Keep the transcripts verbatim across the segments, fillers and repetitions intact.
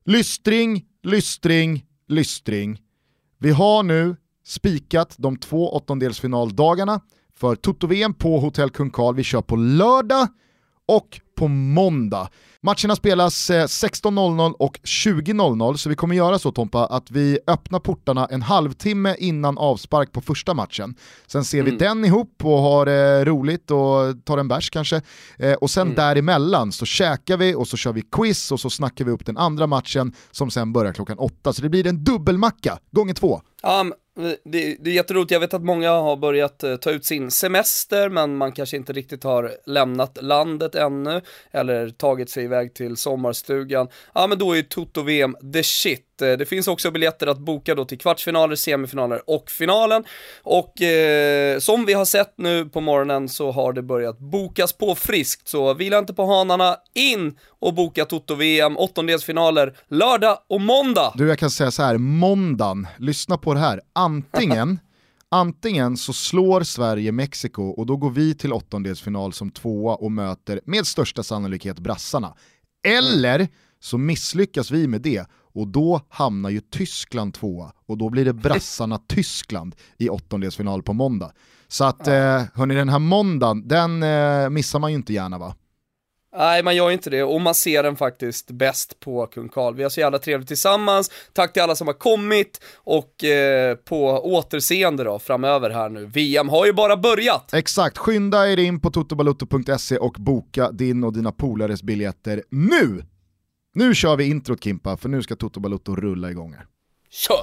Lystring, lystring, lystring. Vi har nu spikat de två åttondelsfinaldagarna för Toto-V M på Hotell Kung Karl. Vi kör på lördag och på måndag. Matcherna spelas sexton noll noll och tjugo noll noll, så vi kommer göra så, Tompa, att vi öppnar portarna en halvtimme innan avspark på första matchen. Sen ser vi mm. den ihop och har eh, roligt och tar en bärs kanske. Eh, och sen mm. däremellan så käkar vi och så kör vi quiz och så snackar vi upp den andra matchen som sen börjar klockan åtta. Så det blir en dubbelmacka, gånger två. Um. Det, det är jätteroligt, jag vet att många har börjat uh, ta ut sin semester, men man kanske inte riktigt har lämnat landet ännu eller tagit sig iväg till sommarstugan. Ja, men då är ju Toto-V M the shit. Det finns också biljetter att boka då till kvartsfinaler, semifinaler och finalen. Och eh, som vi har sett nu på morgonen så har det börjat bokas på friskt. Så vila inte på hanarna, in och boka Toto-V M, åttondelsfinaler, lördag och måndag. Du, jag kan säga så här, måndagen, lyssna på det här. Antingen, antingen så slår Sverige Mexiko och då går vi till åttondelsfinal som tvåa och möter med största sannolikhet brassarna. Eller så misslyckas vi med det. Och då hamnar ju Tyskland tvåa. Och då blir det brassarna Tyskland i åttondelsfinal på måndag. Så att, ja. eh, hörni, den här måndagen, den eh, missar man ju inte gärna, va? Nej, man gör inte det. Och man ser den faktiskt bäst på Kung Karl. Vi har så jävla trevligt tillsammans. Tack till alla som har kommit. Och eh, på återseende då, framöver här nu. V M har ju bara börjat. Exakt, skynda er in på totobalotto punkt se och boka din och dina polares biljetter nu! Nu kör vi introt, Kimpa, för nu ska Toto Balotto rulla igång här. Kör!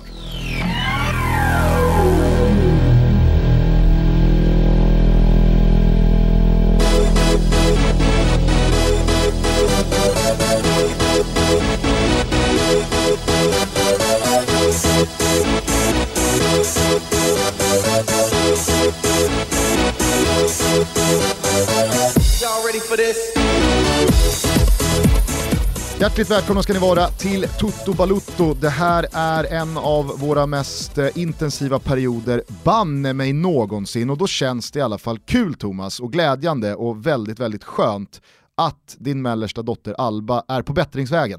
Y'all ready for this? Hjärtligt välkomna ska ni vara till Toto Balotto. Det här är en av våra mest intensiva perioder banne mig någonsin, och då känns det i alla fall kul, Thomas, och glädjande och väldigt, väldigt skönt att din mellersta dotter Alba är på bättringsvägen.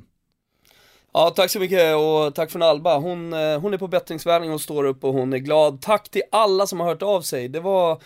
Ja, tack så mycket, och tack från Alba. Hon, hon är på bättringsvägen, hon står upp och hon är glad. Tack till alla som har hört av sig. Det var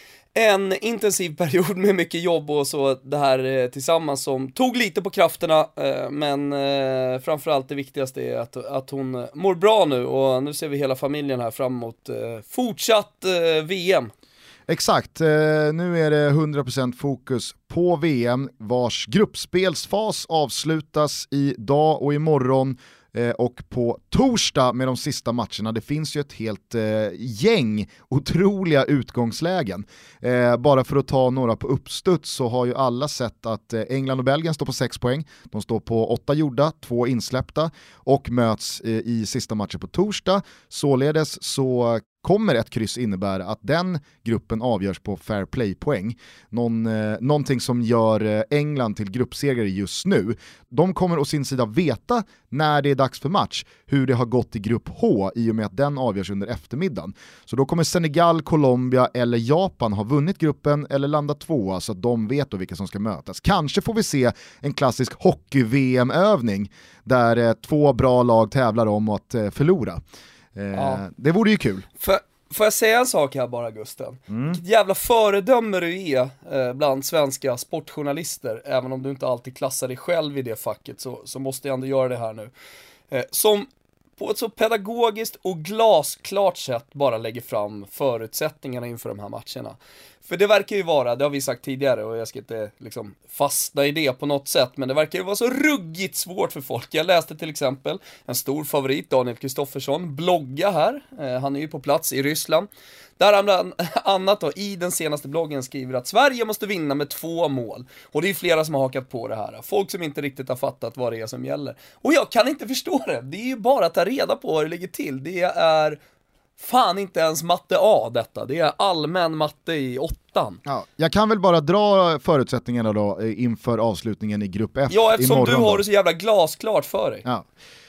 en intensiv period med mycket jobb och så det här eh, tillsammans som tog lite på krafterna, eh, men eh, framförallt det viktigaste är att, att hon mår bra nu, och nu ser vi hela familjen här fram emot eh, fortsatt eh, V M. Exakt, eh, nu är det hundra procent fokus på V M, vars gruppspelsfas avslutas idag och imorgon. Eh, och på torsdag med de sista matcherna. Det finns ju ett helt eh, gäng otroliga utgångslägen. Eh, bara för att ta några på uppstuds så har ju alla sett att eh, England och Belgien står på sex poäng. De står på åtta gjorda, två insläppta och möts eh, i sista matchen på torsdag. Således så kommer ett kryss innebära att den gruppen avgörs på fair play-poäng. Någon, eh, någonting som gör eh, England till gruppsegrare just nu. De kommer å sin sida veta när det är dags för match hur det har gått i grupp H, i och med att den avgörs under eftermiddagen. Så då kommer Senegal, Colombia eller Japan ha vunnit gruppen eller landa tvåa, så att de vet då vilka som ska mötas. Kanske får vi se en klassisk hockey-V M-övning där eh, två bra lag tävlar om att eh, förlora. Eh, ja. Det vore ju kul. För, får jag säga en sak här bara, Gusten? Mm. Vilket jävla föredöme du är eh, bland svenska sportjournalister. Även om du inte alltid klassar dig själv i det facket, så, så måste jag ändå göra det här nu. Eh, som på ett så pedagogiskt och glasklart sätt bara lägger fram förutsättningarna inför de här matcherna. För det verkar ju vara, det har vi sagt tidigare och jag ska inte liksom fastna i det på något sätt, men det verkar ju vara så ruggigt svårt för folk. Jag läste till exempel en stor favorit, Daniel Kristoffersson, blogga här. Eh, han är ju på plats i Ryssland. Där han bland annat då, i den senaste bloggen skriver att Sverige måste vinna med två mål. Och det är flera som har hakat på det här. Folk som inte riktigt har fattat vad det är som gäller. Och jag kan inte förstå det. Det är ju bara att ta reda på hur det ligger till. Det är fan inte ens matte A detta. Det är allmän matte i åttan. Ja, jag kan väl bara dra förutsättningarna då inför avslutningen i grupp F. Ja, eftersom du har det så jävla glasklart för dig. Ja.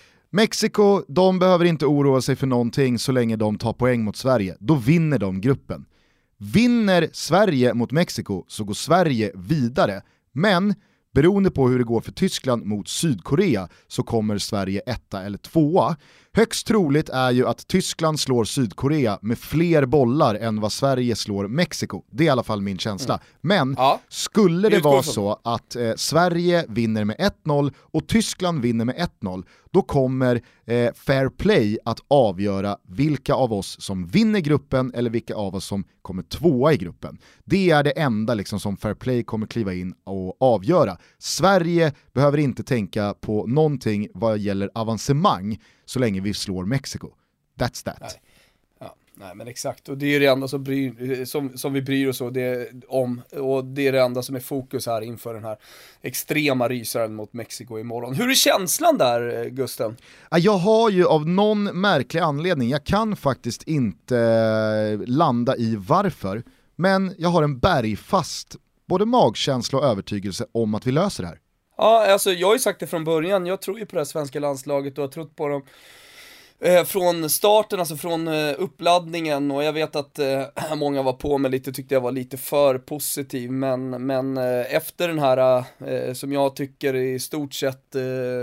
Mexiko, de behöver inte oroa sig för någonting så länge de tar poäng mot Sverige. Då vinner de gruppen. Vinner Sverige mot Mexiko så går Sverige vidare. Men beroende på hur det går för Tyskland mot Sydkorea så kommer Sverige etta eller tvåa. Högst troligt är ju att Tyskland slår Sydkorea med fler bollar än vad Sverige slår Mexiko. Det är i alla fall min känsla. Mm. Men ja, skulle det vara så att eh, Sverige vinner med ett noll och Tyskland vinner med ett noll, då kommer eh, fair play att avgöra vilka av oss som vinner gruppen eller vilka av oss som kommer tvåa i gruppen. Det är det enda liksom, som fair play kommer kliva in och avgöra. Sverige behöver inte tänka på någonting vad gäller avancemang så länge vi slår Mexiko. That's that. Nej. Ja, nej men exakt. Och det är det enda som, bryr, som, som vi bryr oss det om. Och det är det enda som är fokus här inför den här extrema rysaren mot Mexiko imorgon. Hur är känslan där, Gusten? Jag har ju av någon märklig anledning, jag kan faktiskt inte landa i varför, men jag har en bergfast både magkänsla och övertygelse om att vi löser det här. Ja, alltså jag har ju sagt det från början, jag tror ju på det här svenska landslaget och har trott på dem eh, från starten, alltså från eh, uppladdningen, och jag vet att eh, många var på mig lite, tyckte jag var lite för positiv, men, men eh, efter den här, eh, som jag tycker i stort sett, eh,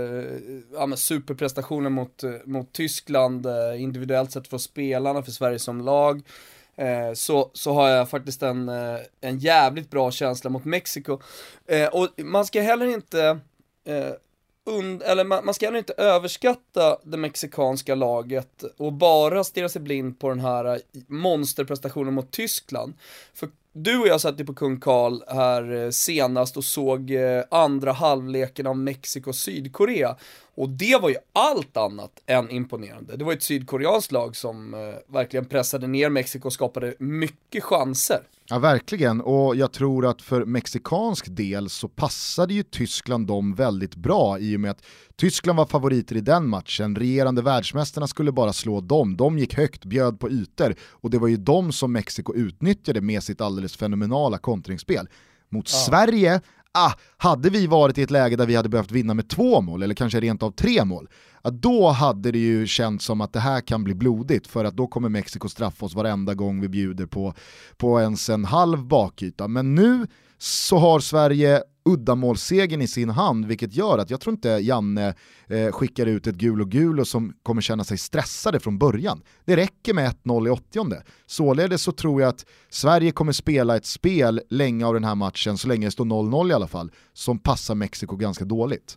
ja, men superprestationen mot, mot Tyskland, eh, individuellt sett för spelarna, för Sverige som lag, Eh, så, så har jag faktiskt en, eh, en jävligt bra känsla mot Mexiko. Eh, och man ska heller inte eh, und- eller man, man ska heller inte överskatta det mexikanska laget och bara stirra sig blind på den här monsterprestationen mot Tyskland. För du och jag satt ju på Kung Karl här senast och såg eh, andra halvleken av Mexiko-Sydkorea. Och det var ju allt annat än imponerande. Det var ett sydkoreanskt lag som eh, verkligen pressade ner Mexiko och skapade mycket chanser. Ja, verkligen. Och jag tror att för mexikansk del så passade ju Tyskland dem väldigt bra i och med att Tyskland var favoriter i den matchen. Regerande världsmästarna skulle bara slå dem. De gick högt, bjöd på ytor och det var ju de som Mexiko utnyttjade med sitt alldeles fenomenala kontringsspel. Mot ja. Sverige, ah, hade vi varit i ett läge där vi hade behövt vinna med två mål eller kanske rent av tre mål, ah, då hade det ju känts som att det här kan bli blodigt, för att då kommer Mexiko straffa oss varenda gång vi bjuder på, på ens en halv bakyta. Men nu så har Sverige uddamålssegen i sin hand, vilket gör att jag tror inte Janne eh, skickar ut ett gul och gul och som kommer känna sig stressade från början. Det räcker med ett noll i åttionde. Således så tror jag att Sverige kommer spela ett spel länge av den här matchen, så länge det står noll noll i alla fall, som passar Mexiko ganska dåligt.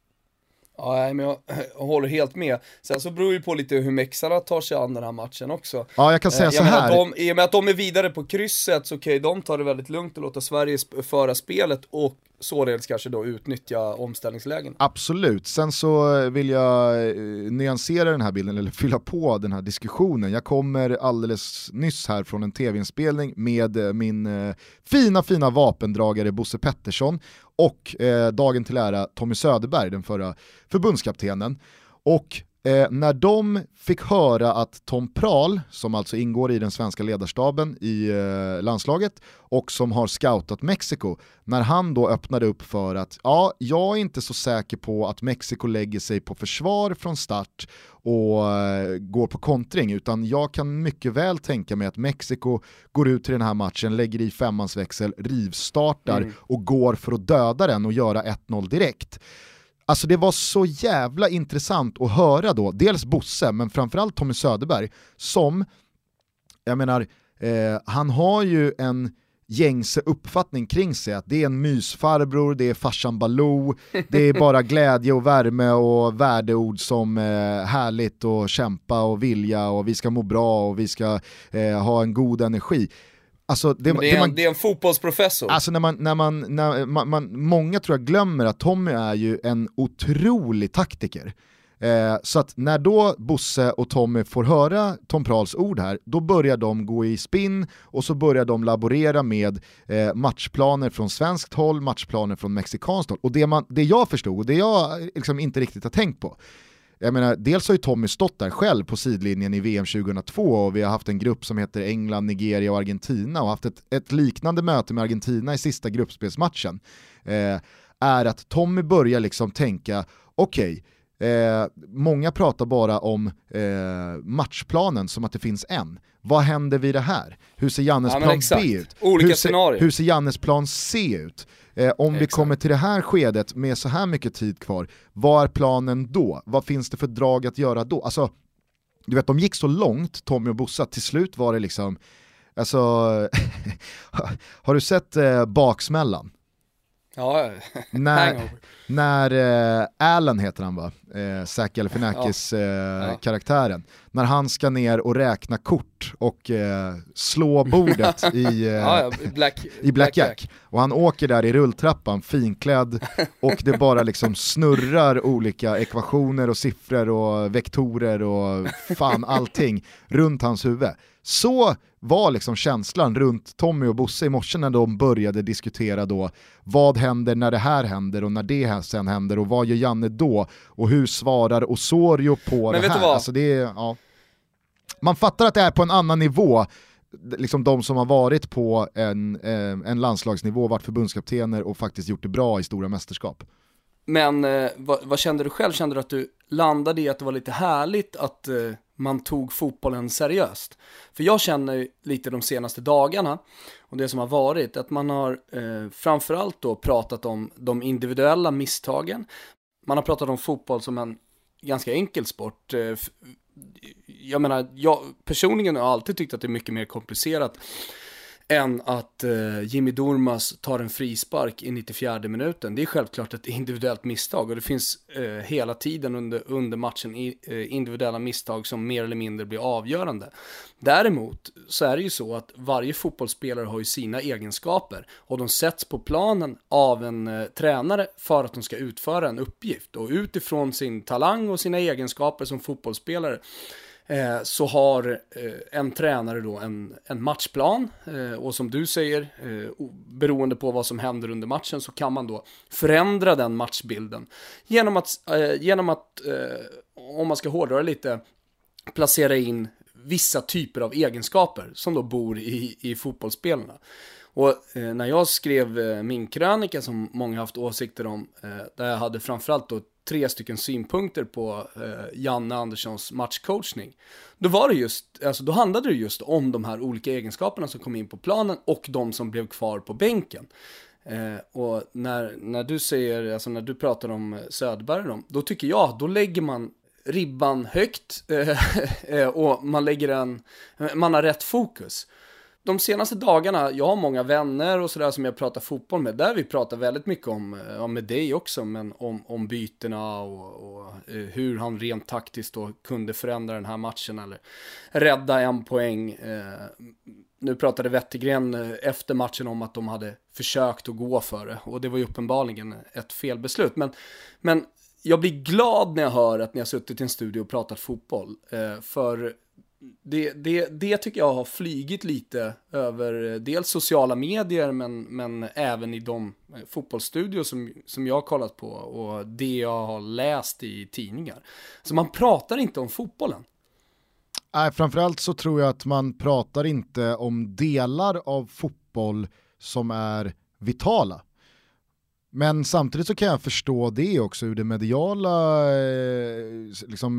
Ja, men jag, jag håller helt med. Sen så beror ju på lite hur mexarna tar sig an den här matchen också. Ja, jag kan säga eh, så här. De, I och med att de är vidare på krysset så okej, okay, de tar det väldigt lugnt och låter Sverige föra spelet och således kanske då utnyttja omställningslägen. Absolut. Sen så vill jag eh, nyansera den här bilden eller fylla på den här diskussionen. Jag kommer alldeles nyss här från en tv-inspelning med eh, min eh, fina, fina vapendragare Bosse Pettersson och eh, dagen till ära Tommy Söderberg, den förra förbundskaptenen. Och eh, när de fick höra att Tom Prahl, som alltså ingår i den svenska ledarstaben i eh, landslaget och som har scoutat Mexiko, när han då öppnade upp för att ja, jag är inte så säker på att Mexiko lägger sig på försvar från start och eh, går på kontring, utan jag kan mycket väl tänka mig att Mexiko går ut till den här matchen, lägger i femmansväxel, rivstartar mm. och går för att döda den och göra ett noll direkt. Alltså det var så jävla intressant att höra då, dels Bosse men framförallt Tommy Söderberg, som, jag menar, eh, han har ju en gängse uppfattning kring sig att det är en mysfarbror, det är farsan Baloo, det är bara glädje och värme och värdeord som eh, härligt och kämpa och vilja och vi ska må bra och vi ska eh, ha en god energi. Alltså det, det, är en, det, man, det är en fotbollsprofessor. Alltså när man, när man, när man, man, många tror jag glömmer att Tommy är ju en otrolig taktiker. Eh, så att när då Bosse och Tommy får höra Tom Prahls ord här, då börjar de gå i spinn och så börjar de laborera med eh, matchplaner från svenskt håll, matchplaner från mexikanskt håll. Och det, man, det jag förstod och det jag liksom inte riktigt har tänkt på, jag menar, dels har ju Tommy stått där själv på sidlinjen i V M tjugohundratvå och vi har haft en grupp som heter England, Nigeria och Argentina och haft ett, ett liknande möte med Argentina i sista gruppspelsmatchen. Eh, är att Tommy börjar liksom tänka, okej, Eh, många pratar bara om eh, matchplanen som att det finns en. Vad händer vid det här? Hur ser Jannes ja, plan exakt. B ut? Olika hur, ser, scenarier. hur ser Jannes plan C ut? Eh, om exakt. Vi kommer till det här skedet med så här mycket tid kvar, vad är planen då? Vad finns det för drag att göra då? Alltså, du vet, de gick så långt, Tommy och Bossa, till slut var det liksom, alltså, har du sett eh, baksmällan? Ja, när, när eh, Alan heter han va? Eh, Zach Galifianakis ja. eh, ja. karaktären. När han ska ner och räkna kort och eh, slå bordet i, eh, ja, ja, Black, i Black Jack. Jack. Och han åker där i rulltrappan, finklädd, och det bara liksom snurrar olika ekvationer och siffror och vektorer och fan allting runt hans huvud. Så var liksom känslan runt Tommy och Bosse i morse när de började diskutera då vad händer när det här händer och när det här sen händer och vad gör Janne då och hur svarar Osorio på Men det här. Alltså det är, ja. Man fattar att det är på en annan nivå, liksom de som har varit på en, eh, en landslagsnivå, varit förbundskaptener och faktiskt gjort det bra i stora mästerskap. Men eh, vad, vad kände du själv? Kände du att du landade i att det var lite härligt att eh, man tog fotbollen seriöst? För jag känner lite de senaste dagarna och det som har varit att man har eh, framförallt då pratat om de individuella misstagen. Man har pratat om fotboll som en ganska enkel sport. Eh, jag menar, jag personligen har alltid tyckt att det är mycket mer komplicerat än att eh, Jimmy Durmaz tar en frispark i nittiofjärde minuten. Det är självklart ett individuellt misstag och det finns eh, hela tiden under, under matchen i, eh, individuella misstag som mer eller mindre blir avgörande. Däremot så är det ju så att varje fotbollsspelare har ju sina egenskaper och de sätts på planen av en eh, tränare för att de ska utföra en uppgift, och utifrån sin talang och sina egenskaper som fotbollsspelare Eh, så har eh, en tränare då en, en matchplan eh, och som du säger, eh, beroende på vad som händer under matchen så kan man då förändra den matchbilden genom att, eh, genom att eh, om man ska hårdra lite, placera in vissa typer av egenskaper som då bor i, i fotbollsspelarna. Och eh, när jag skrev eh, min krönika som många haft åsikter om, eh, där jag hade framförallt då tre stycken synpunkter på eh, Janne Anderssons matchcoachning, då var det just, alltså då handlade det just om de här olika egenskaperna som kom in på planen och de som blev kvar på bänken. Eh, och när, när du säger, alltså när du pratar om Söderberg då, då tycker jag, då lägger man ribban högt eh, och man lägger en, man har rätt fokus. De senaste dagarna, jag har många vänner och sådär som jag pratar fotboll med, där vi pratar väldigt mycket om, ja, med dig också, men om, om bytena och, och hur han rent taktiskt då kunde förändra den här matchen eller rädda en poäng. Eh, nu pratade Wettergren efter matchen om att de hade försökt att gå för det, och det var ju uppenbarligen ett felbeslut. Men, men jag blir glad när jag hör att ni har suttit i en studio och pratat fotboll, eh, för Det, det, det tycker jag har flygit lite över dels sociala medier men, men även i de fotbollsstudios som, som jag har kollat på och det jag har läst i tidningar. Så man pratar inte om fotbollen. Nej, framförallt så tror jag att man pratar inte om delar av fotboll som är vitala. Men samtidigt så kan jag förstå det också ur det mediala liksom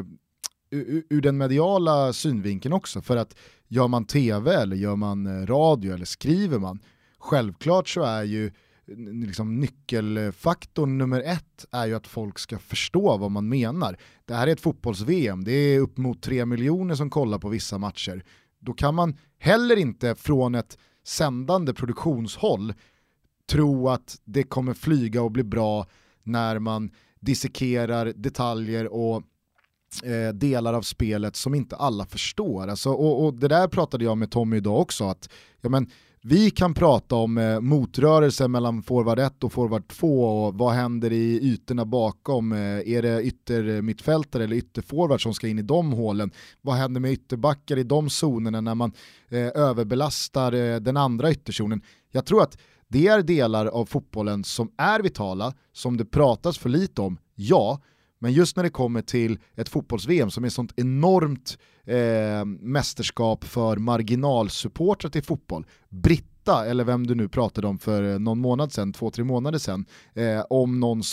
ur den mediala synvinkeln också, för att gör man tv eller gör man radio eller skriver man, självklart så är ju liksom nyckelfaktorn nummer ett är ju att folk ska förstå vad man menar. Det här är ett fotbolls-V M, det är upp mot tre miljoner som kollar på vissa matcher. Då kan man heller inte från ett sändande produktionshåll tro att det kommer flyga och bli bra när man dissekerar detaljer och Eh, delar av spelet som inte alla förstår. Alltså, och, och det där pratade jag med Tommy idag också, att ja, men, vi kan prata om eh, motrörelser mellan forward ett och forward två och vad händer i ytorna bakom, eh, är det yttermittfältare eller ytterforward som ska in i de hålen, vad händer med ytterbackar i de zonerna när man eh, överbelastar eh, den andra ytterzonen. Jag tror att det är delar av fotbollen som är vitala, som det pratas för lite om, ja. Men just när det kommer till ett fotbolls-V M som är sånt enormt eh, mästerskap för marginalsupportrar till fotboll. Britta, eller vem du nu pratade om för någon månad sedan, två, tre månader sedan, eh, om någon som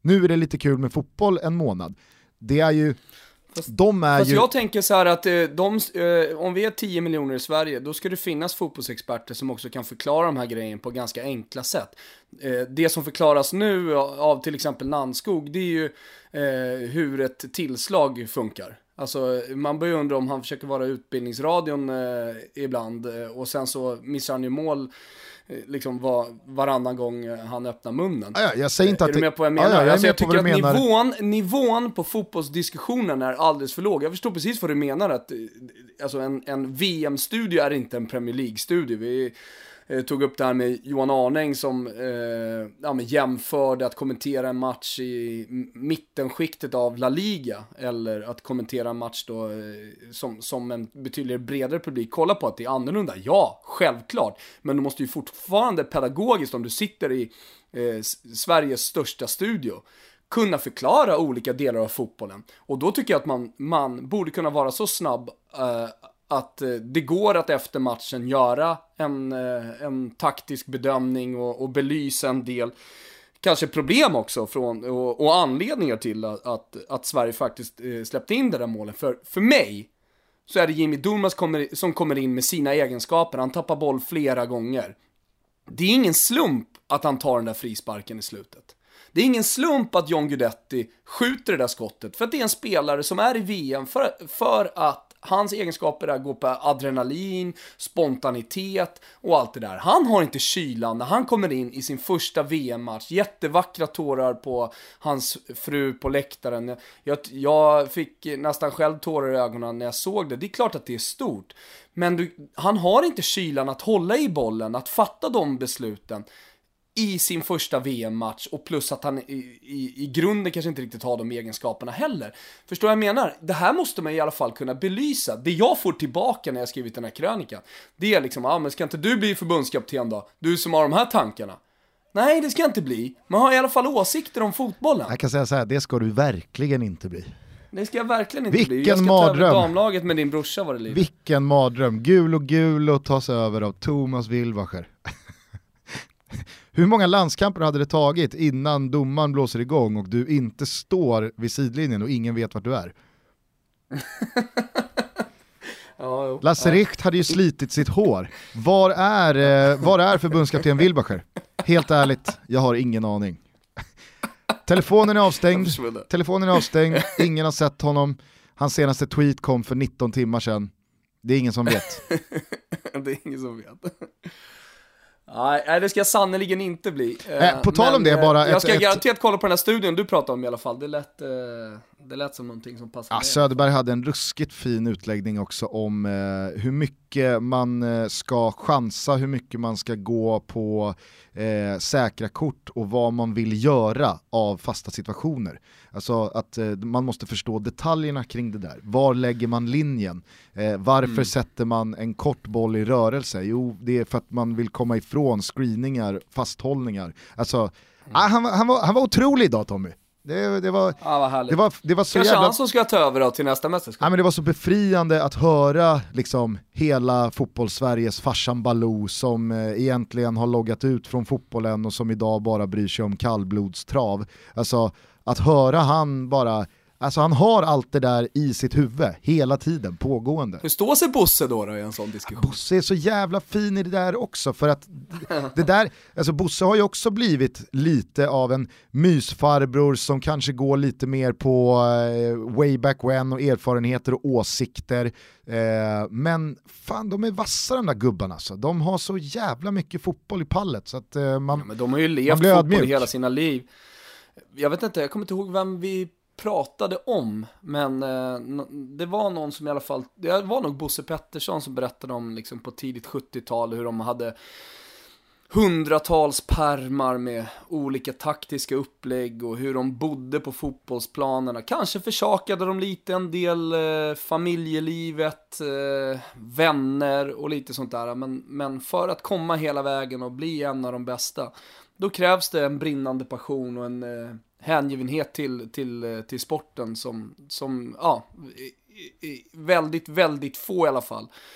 nu är det lite kul med fotboll en månad. Det är ju Fast, de är fast ju... jag tänker så här att eh, de, eh, om vi är tio miljoner i Sverige, då ska det finnas fotbollsexperter som också kan förklara de här grejerna på ganska enkla sätt. Eh, det som förklaras nu av till exempel Nannskog, det är ju eh, hur ett tillslag funkar. Alltså man börjar undra om han försöker vara utbildningsradion eh, ibland eh, och sen så missar han ju mål liksom var, varannan gång han öppnar munnen. Ja, jag säger inte är att du med på vad jag menar? Ja, ja, jag, alltså, jag tycker att menar. nivån, nivån på fotbollsdiskussionen är alldeles för låg. Jag förstår precis vad du menar. Att, alltså en, en V M-studio är inte en Premier League-studio. Vi eh, tog upp det här med Johan Arning som eh, ja, men jämförde att kommentera en match i mittenskiktet av La Liga eller att kommentera en match då, eh, som, som en betydligt bredare publik. Kolla på att det är annorlunda. Ja, självklart. Men du måste ju fortfarande pedagogiskt, om du sitter i eh, Sveriges största studio, kunna förklara olika delar av fotbollen. Och då tycker jag att man, man borde kunna vara så snabb eh, att det går att efter matchen göra en, en taktisk bedömning och, och belysa en del kanske problem också från, och, och anledningar till att, att, att Sverige faktiskt eh, släppte in det där målet. För, för mig så är det Jimmy Durmaz kommer, som kommer in med sina egenskaper. Han tappar boll flera gånger. Det är ingen slump att han tar den där frisparken i slutet. Det är ingen slump att John Guidetti skjuter det där skottet. För att det är en spelare som är i V M för, för att hans egenskaper där går på adrenalin, spontanitet och allt det där. Han har inte kylan när han kommer in i sin första V M-match. Jättevackra tårar på hans fru på läktaren. Jag, jag fick nästan själv tårar i ögonen när jag såg det. Det är klart att det är stort. Men du, han har inte kylan att hålla i bollen, att fatta de besluten i sin första V M-match, och plus att han i, i, i grunden kanske inte riktigt har de egenskaperna heller. Förstår jag menar? Det här måste man i alla fall kunna belysa. Det jag får tillbaka när jag skrivit den här krönikan, det är liksom, ja ah, men ska inte du bli förbundskapten då? Du som har de här tankarna. Nej, det ska inte bli. Man har i alla fall åsikter om fotbollen. Jag kan säga så här, det ska du verkligen inte bli. Det ska jag verkligen inte Vilken bli. Jag ska mardröm. ta över damlaget med din brorsa var det liv. Vilken mardröm. Gul och gul och tas över av Thomas Wilbacher. Hur många landskamper hade det tagit innan domaren blåser igång och du inte står vid sidlinjen och ingen vet vart du är? Ja, jo. Lasse ja. Richt hade ju slitit sitt hår. Var är, eh, var är förbundskapten Wilbacher? Helt ärligt, jag har ingen aning. Telefonen är avstängd. Telefonen är avstängd. Ingen har sett honom. Hans senaste tweet kom för nitton timmar sedan. Det är ingen som vet. Det är ingen som vet. Nej, det ska jag sannoliken inte bli. Eh, på tal om det bara... Jag ett, ska ett... garanterat kolla på den här studion du pratar om i alla fall. Det lät, det lät som någonting som passar ja, med. Söderberg hade en ruskigt fin utläggning också om eh, hur mycket man eh, ska chansa, hur mycket man ska gå på eh, säkra kort och vad man vill göra av fasta situationer. Alltså att eh, man måste förstå detaljerna kring det där. Var lägger man linjen? Eh, varför mm. sätter man en kort boll i rörelse? Jo, det är för att man vill komma ifrån screeningar, fasthållningar. Alltså, mm. ah, han, han, var, han var otrolig idag, Tommy. Det, det, var, ja, det, var, det var så kanske jävla... han som ska ta över då till nästa mästerskap. Ja, men det var så befriande att höra liksom, hela fotbollssveriges farsan Baloo som eh, egentligen har loggat ut från fotbollen och som idag bara bryr sig om kallblodstrav. Alltså att höra han bara... Alltså han har allt det där i sitt huvud hela tiden, pågående. Hur står sig Bosse då, då i en sån diskussion? Bosse är så jävla fin i det där också, för att det där, alltså Bosse har ju också blivit lite av en mysfarbror som kanske går lite mer på eh, way back when och erfarenheter och åsikter. Eh, men fan, de är vassa de där gubbarna alltså. De har så jävla mycket fotboll i pallet så att eh, man, ja, men de har ju levt fotboll ödmjuk. Hela sina liv. Jag vet inte, jag kommer inte ihåg vem vi pratade om, men eh, det var någon som i alla fall, det var nog Bosse Pettersson som berättade om liksom på tidigt sjuttiotal hur de hade hundratals pärmar med olika taktiska upplägg och hur de bodde på fotbollsplanerna. Kanske försakade de lite en del eh, familjelivet, eh, vänner och lite sånt där, men, men för att komma hela vägen och bli en av de bästa, då krävs det en brinnande passion och en eh, hängivenhet till, till, till sporten som, som ja, väldigt, väldigt få i alla fall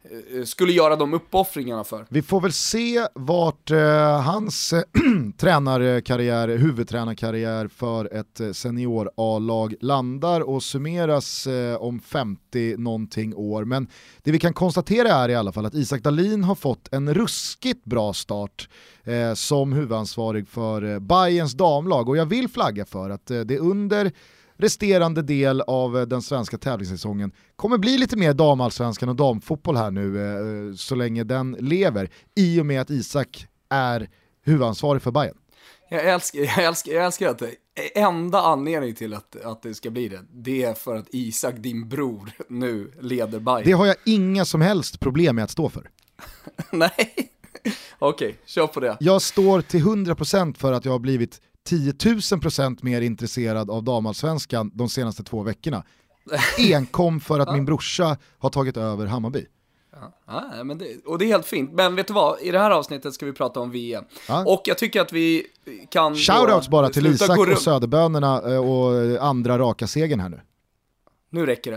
skulle göra de uppoffringarna för. Vi får väl se vart eh, hans eh, tränarkarriär, huvudtränarkarriär för ett senior A-lag landar och summeras eh, om femtio någonting år. Men det vi kan konstatera är i alla fall att Isak Dahlin har fått en ruskigt bra start eh, som huvudansvarig för eh, Bayerns damlag, och jag vill flagga för att eh, det under resterande del av den svenska tävlingssäsongen kommer bli lite mer damallsvenskan och damfotboll här nu eh, så länge den lever, i och med att Isak är huvudansvarig för Bayern. Jag älskar, jag älskar, jag älskar att det enda anledningen till att, att det ska bli det, det är för att Isak, din bror, nu leder Bayern. Det har jag inga som helst problem med att stå för. Nej, okej, okay, kör på det. Jag står till hundra procent för att jag har blivit tio tusen procent mer intresserad av damallsvenskan de senaste två veckorna. Enkom för att min brorsa har tagit över Hammarby. Ja, ja, men det, och det är helt fint. Men vet du vad? I det här avsnittet ska vi prata om V M. Ja. Och jag tycker att vi kan... Shoutouts bara till Isak och Söderbönerna och andra raka segern här nu. Nu räcker det.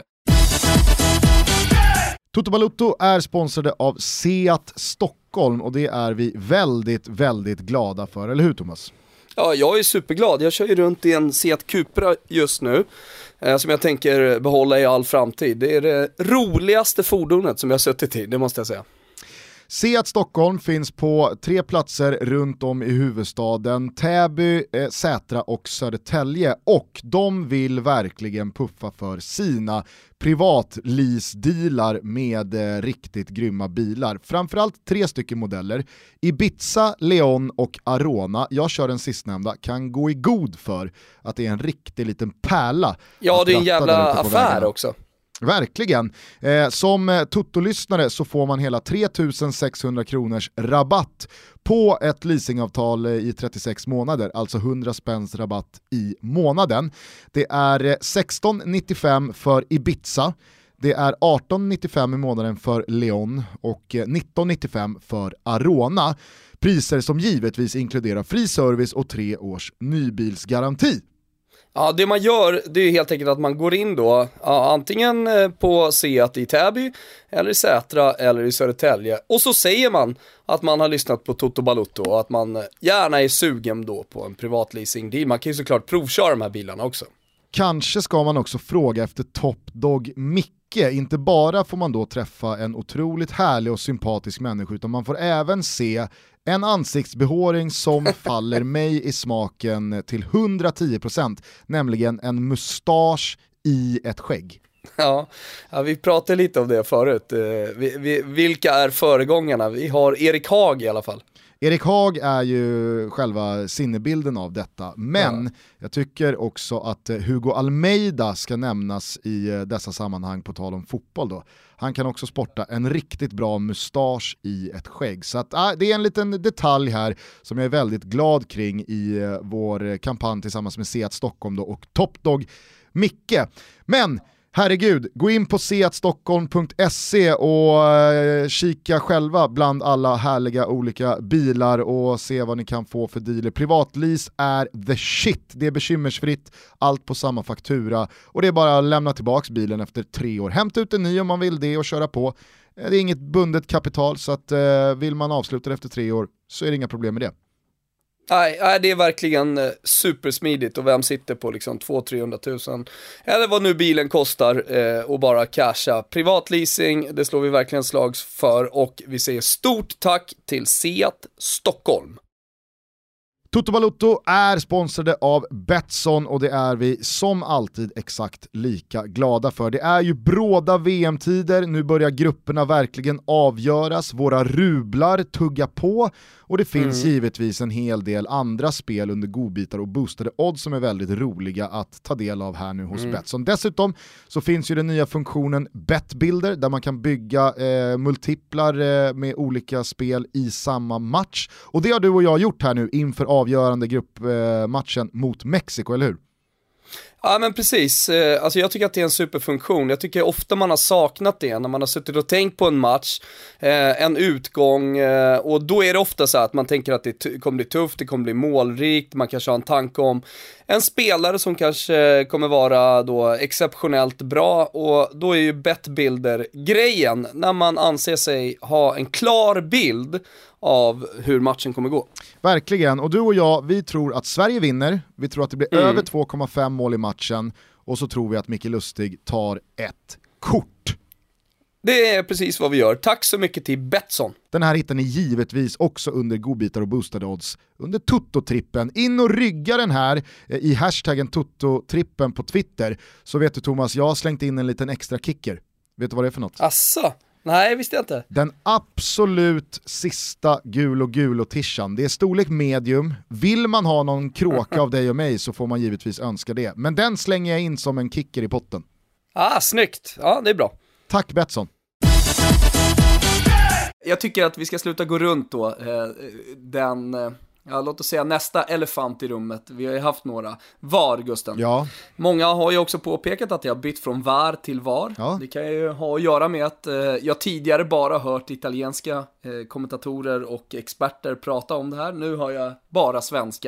Toto Balotto är sponsrade av Seat Stockholm, och det är vi väldigt, väldigt glada för. Eller hur, Thomas? Ja, jag är superglad. Jag kör ju runt i en Seat Cupra just nu eh, som jag tänker behålla i all framtid. Det är det roligaste fordonet som jag har suttit i, det måste jag säga. Seat Stockholm finns på tre platser runt om i huvudstaden: Täby, eh, Sätra och Södertälje, och de vill verkligen puffa för sina privatlease-dealar med eh, riktigt grymma bilar. Framförallt tre stycken modeller: Ibiza, Leon och Arona. Jag kör den sistnämnda, kan gå i god för att det är en riktig liten pärla. Ja, det är en jävla affär också. Verkligen. Eh, som eh, Toto-lyssnare så får man hela tre tusen sexhundra kronors rabatt på ett leasingavtal eh, i trettiosex månader, alltså hundra spänns rabatt i månaden. Det är eh, sexton nittiofem för Ibiza, det är arton nittiofem i månaden för Leon och eh, nitton nittiofem för Arona. Priser som givetvis inkluderar fri service och tre års nybilsgaranti. Ja, det man gör, det är helt enkelt att man går in då, ja, antingen på Seat i Täby, eller i Sätra, eller i Södertälje. Och så säger man att man har lyssnat på Toto Balotto och att man gärna är sugen då på en privatleasing deal. Man kan ju såklart provköra de här bilarna också. Kanske ska man också fråga efter Top Dog Micke. Inte bara får man då träffa en otroligt härlig och sympatisk människa, utan man får även se en ansiktsbehåring som faller mig i smaken till hundratio procent, nämligen en mustasch i ett skägg. Ja, ja, vi pratade lite om det förut. Vi, vi, vilka är föregångarna? Vi har Erik Haag i alla fall. Erik Haag är ju själva sinnebilden av detta, men ja. Jag tycker också att Hugo Almeida ska nämnas i dessa sammanhang på tal om fotboll då. Han kan också sporta en riktigt bra mustasch i ett skägg. Så att, äh, det är en liten detalj här som jag är väldigt glad kring i uh, vår kampanj tillsammans med Seat Stockholm då, och Top Dog Micke. Men herregud, gå in på seat stockholm punkt se och eh, kika själva bland alla härliga olika bilar och se vad ni kan få för dealer. Privatlease är the shit, det är bekymmersfritt, allt på samma faktura, och det är bara att lämna tillbaks bilen efter tre år. Hämta ut en ny om man vill det och köra på. Det är inget bundet kapital, så att eh, vill man avsluta det efter tre år så är det inga problem med det. Nej, nej, det är verkligen eh, supersmidigt, och vem sitter på liksom två till trehundra tusen eller vad nu bilen kostar eh, och bara casha. Privatleasing, det slår vi verkligen slags för, och vi säger stort tack till Seat Stockholm. Toto Balotto är sponsrade av Betsson, och det är vi som alltid exakt lika glada för. Det är ju bråda V M-tider, nu börjar grupperna verkligen avgöras, våra rublar tugga på, och det finns mm. givetvis en hel del andra spel under godbitar och boostade odds som är väldigt roliga att ta del av här nu hos mm. Betsson. Dessutom så finns ju den nya funktionen Betbuilder där man kan bygga eh, multiplar eh, med olika spel i samma match, och det har du och jag gjort här nu inför avgörande gruppmatchen eh, mot Mexiko, eller hur? Ja men precis, alltså jag tycker att det är en superfunktion. Jag tycker ofta man har saknat det när man har suttit och tänkt på en match, en utgång, och då är det ofta så att man tänker att det kommer bli tufft, det kommer bli målrikt, man kanske har en tanke om en spelare som kanske kommer vara då exceptionellt bra, och då är ju betbilder grejen när man anser sig ha en klar bild av hur matchen kommer gå. Verkligen, och du och jag, vi tror att Sverige vinner, vi tror att det blir mm. över två komma fem mål i matchen, och så tror vi att Micke Lustig tar ett kort. Det är precis vad vi gör. Tack så mycket till Betsson. Den här hittar ni givetvis också under godbitar och boostade odds under Tutto-trippen. In och rygga den här i hashtaggen Tutto-trippen på Twitter, så vet du Thomas, jag har slängt in en liten extra kicker. Vet du vad det är för något? Asså? Nej, visste jag inte. Den absolut sista gul och gul och tishan. Det är storlek medium. Vill man ha någon kråka av dig och mig så får man givetvis önska det. Men den slänger jag in som en kicker i potten. Ah, snyggt. Ja, det är bra. Tack Betsson. Jag tycker att vi ska sluta gå runt då. Eh, den... Eh... Ja, låt oss säga nästa elefant i rummet. Vi har ju haft några. V A R, Gusten. Ja. Många har ju också påpekat att jag har bytt från V A R till V A R. Ja. Det kan ju ha att göra med att eh, jag tidigare bara hört italienska eh, kommentatorer och experter prata om det här. Nu har jag bara svenska.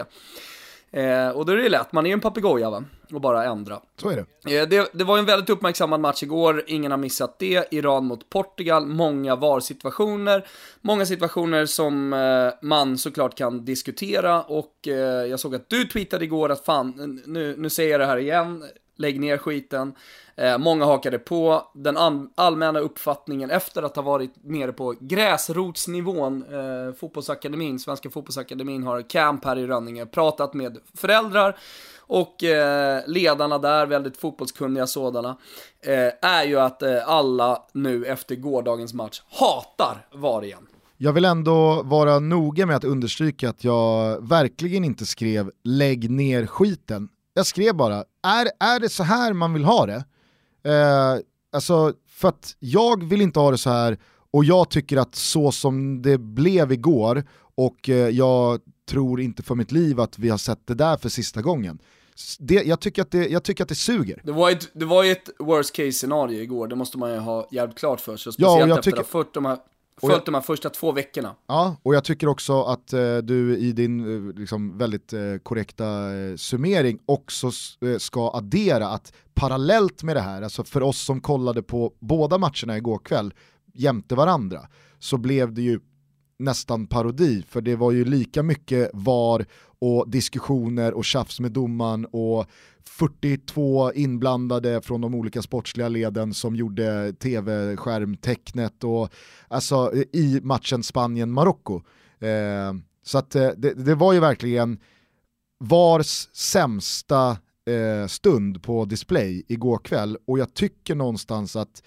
Eh, och då är det lätt, man är ju en papegoja va? Och bara ändra. Så är det. Eh, det. Det var en väldigt uppmärksammad match igår, ingen har missat det. Iran mot Portugal, många V A R-situationer. Många situationer som eh, man såklart kan diskutera. Och eh, jag såg att du tweetade igår att fan, nu, nu säger jag det här igen. Lägg ner skiten. Eh, många hakade på. Den an- allmänna uppfattningen efter att ha varit nere på gräsrotsnivån. Eh, fotbollsakademin, Svenska fotbollsakademin har camp här i Rönninge. Pratat med föräldrar och eh, ledarna där, väldigt fotbollskunniga sådana. Eh, är ju att eh, alla nu efter gårdagens match hatar V A R igen. Jag vill ändå vara noga med att understryka att jag verkligen inte skrev lägg ner skiten. Jag skrev bara, är, är det så här man vill ha det? Eh, alltså, för att jag vill inte ha det så här, och jag tycker att så som det blev igår, och eh, jag tror inte för mitt liv att vi har sett det där för sista gången. Det, jag, tycker att det, jag tycker att det suger. Det var, ett, det var ju ett worst case scenario igår, det måste man ju ha jävligt klart för sig. Ja, speciellt jag efter tycker... att ha fört de här Följt jag, de här första två veckorna. Ja, och jag tycker också att eh, du i din eh, liksom väldigt eh, korrekta eh, summering också eh, ska addera att parallellt med det här, alltså för oss som kollade på båda matcherna igår kväll jämte varandra, så blev det ju nästan parodi, för det var ju lika mycket V A R och diskussioner och tjafs med domaren och fyrtiotvå inblandade från de olika sportsliga leden som gjorde tv-skärmtecknet och alltså i matchen Spanien-Marocko. Eh, så att eh, det, det var ju verkligen V A Rs sämsta eh, stund på display igår kväll, och jag tycker någonstans att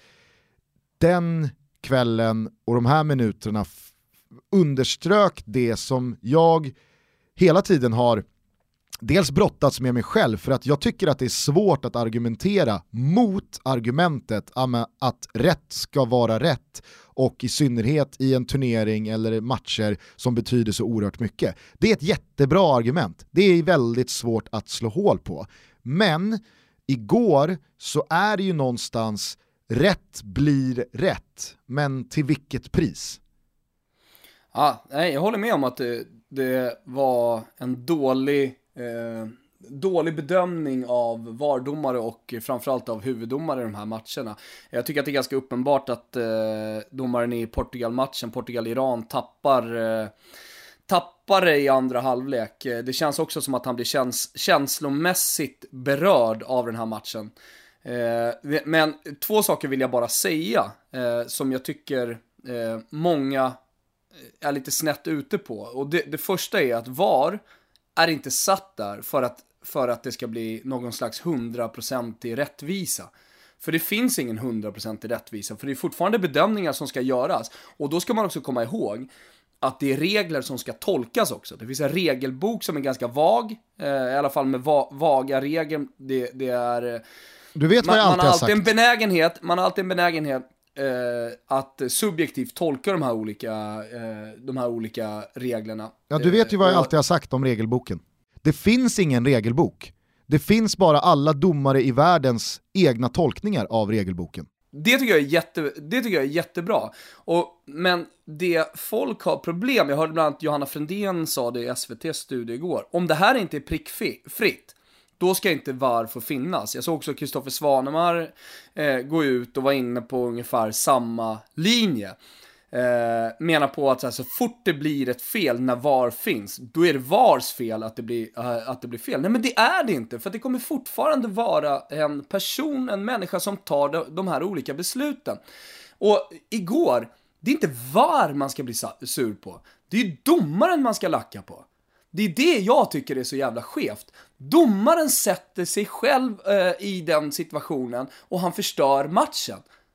den kvällen och de här minuterna f- underströk det som jag hela tiden har dels brottats med mig själv, för att jag tycker att det är svårt att argumentera mot argumentet att rätt ska vara rätt, och i synnerhet i en turnering eller matcher som betyder så oerhört mycket. Det är ett jättebra argument. Det är väldigt svårt att slå hål på. Men igår så är det ju någonstans rätt blir rätt, men till vilket pris? Ja, nej, jag håller med om att det, det var en dålig eh, dålig bedömning av vardomare och framförallt av huvuddomare i de här matcherna. Jag tycker att det är ganska uppenbart att eh, domaren i Portugal-matchen, Portugal-Iran, tappar eh, tappar det i andra halvlek. Det känns också som att han blir käns- känslomässigt berörd av den här matchen. Eh, men två saker vill jag bara säga eh, som jag tycker eh, många är lite snett ute på. Och det, det första är att V A R är inte satt där för att, för att det ska bli någon slags hundraprocentig rättvisa. För det finns ingen hundraprocentig rättvisa, för det är fortfarande bedömningar som ska göras. Och då ska man också komma ihåg att det är regler som ska tolkas också. Det finns en regelbok som är ganska vag, eh, i alla fall med va- vaga regler. Det, det är... Eh, du vet vad man, jag alltid man har har alltid sagt. En benägenhet, man har alltid en benägenhet eh, att subjektivt tolka de här olika, eh, de här olika reglerna. Ja, du vet ju vad jag och... alltid har sagt om regelboken. Det finns ingen regelbok. Det finns bara alla domare i världens egna tolkningar av regelboken. Det tycker jag är, jätte, det tycker jag är jättebra. Och, men det folk har problem, jag hörde bland annat Johanna Frändén sa det i S V T:s studie igår, om det här inte är prickfritt, då ska inte V A R få finnas. Jag såg också Kristoffer Svanemar eh, gå ut och var inne på ungefär samma linje. Eh, menar på att så, här, så fort det blir ett fel när V A R finns, då är det V A Rs fel att det blir, äh, att det blir fel. Nej, men det är det inte, för det kommer fortfarande vara en person, en människa som tar de, de här olika besluten. Och igår, det är inte V A R man ska bli sur på, det är ju domaren man ska lacka på. Det är det jag tycker är så jävla skevt. Domaren sätter sig själv eh, i den situationen och han förstör matchen.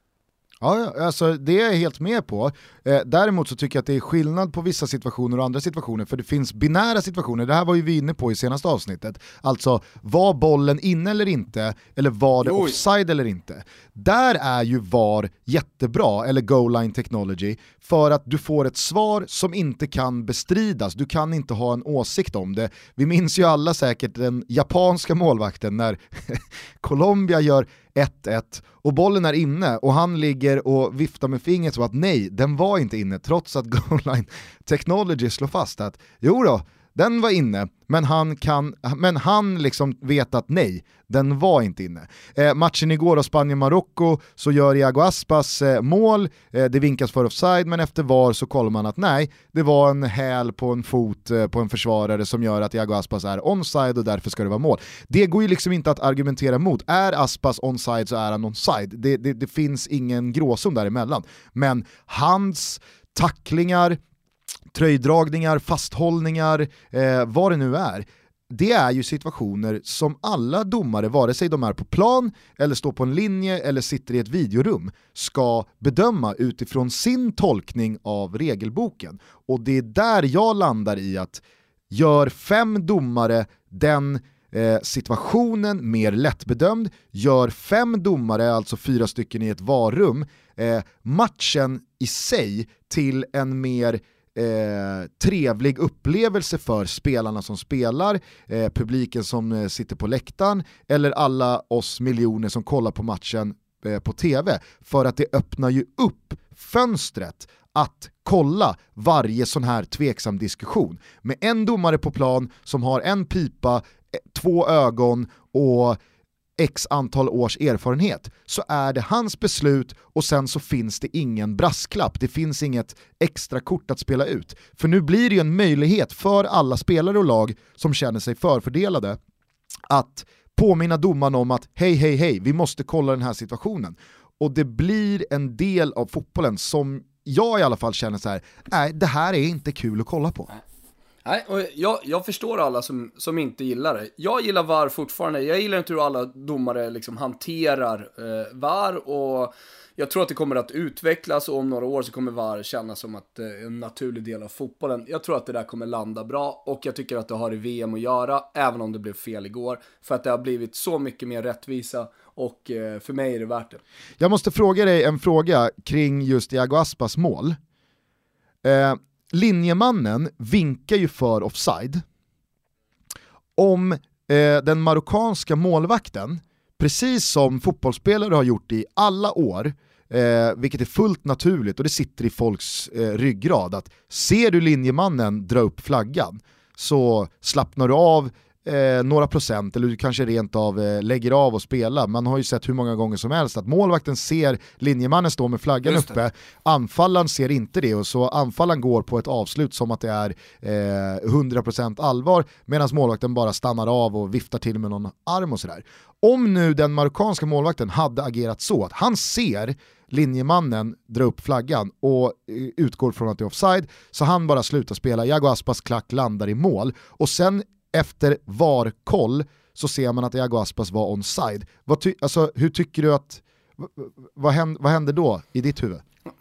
Ja, alltså det är jag helt med på. Eh, däremot så tycker jag att det är skillnad på vissa situationer och andra situationer, för det finns binära situationer. Det här var ju vi inne på i senaste avsnittet. Alltså, var bollen inne eller inte, eller var det Oj. offside eller inte? Där är ju V A R jättebra, eller goal line technology, för att du får ett svar som inte kan bestridas. Du kan inte ha en åsikt om det. Vi minns ju alla säkert den japanska målvakten när Colombia gör ett ett och bollen är inne och han ligger och viftar med fingret så att nej, den var inte inne, trots att goal line technology slår fast att jo då, den var inne, men han kan men han liksom vet att nej, den var inte inne. Eh, matchen igår av Spanien-Marocko, så gör Iago Aspas eh, mål, eh, det vinkas för offside, men efter V A R så kollar man att nej, det var en häl på en fot eh, på en försvarare som gör att Iago Aspas är onside och därför ska det vara mål. Det går ju liksom inte att argumentera mot. Är Aspas onside så är han onside. Det, det, det finns ingen gråzon däremellan. Men hans tacklingar, tröjdragningar, fasthållningar, eh, vad det nu är, det är ju situationer som alla domare, vare sig de är på plan eller står på en linje eller sitter i ett videorum, ska bedöma utifrån sin tolkning av regelboken. Och det är där jag landar i att gör fem domare den eh, situationen mer lättbedömd, gör fem domare, alltså fyra stycken i ett V A R-rum, eh, matchen i sig till en mer Eh, trevlig upplevelse för spelarna som spelar, eh, publiken som eh, sitter på läktaren eller alla oss miljoner som kollar på matchen eh, på tv, för att det öppnar ju upp fönstret att kolla varje sån här tveksam diskussion. Med en domare på plan som har en pipa, två ögon och x antal års erfarenhet, så är det hans beslut och sen så finns det ingen brasklapp, det finns inget extra kort att spela ut. För nu blir det ju en möjlighet för alla spelare och lag som känner sig förfördelade att påminna domaren om att hej, hej, hej, vi måste kolla den här situationen. Och det blir en del av fotbollen som jag i alla fall känner så här: nej, det här är inte kul att kolla på. Nej, och jag, jag förstår alla som, som inte gillar det. Jag gillar V A R fortfarande. Jag gillar inte hur alla domare liksom hanterar eh, V A R, och jag tror att det kommer att utvecklas, och om några år så kommer V A R kännas som att det är en naturlig del av fotbollen. Jag tror att det där kommer landa bra, och jag tycker att det har i V M att göra, även om det blev fel igår, för att det har blivit så mycket mer rättvisa, och eh, för mig är det värt det. Jag måste fråga dig en fråga kring just Iago Aspas mål. Eh, linjemannen vinkar ju för offside. Om eh, den marockanska målvakten, precis som fotbollsspelare har gjort i alla år, eh, vilket är fullt naturligt och det sitter i folks eh, ryggrad, att ser du linjemannen dra upp flaggan så slappnar du av eh, några procent, eller du kanske rent av eh, lägger av och spela. Man har ju sett hur många gånger som helst att målvakten ser linjemannen stå med flaggan uppe, anfallaren ser inte det, och så anfallaren går på ett avslut som att det är eh, hundra procent allvar, medan målvakten bara stannar av och viftar till med någon arm och sådär. Om nu den marockanska målvakten hade agerat så att han ser linjemannen dra upp flaggan och utgår från att det är offside, så han bara slutar spela, Iago Aspas klack landar i mål, och sen efter V A R-koll så ser man att Iago Aspas var onside. Vad ty- alltså, hur tycker du att v- vad, händer, vad händer då i ditt huvud?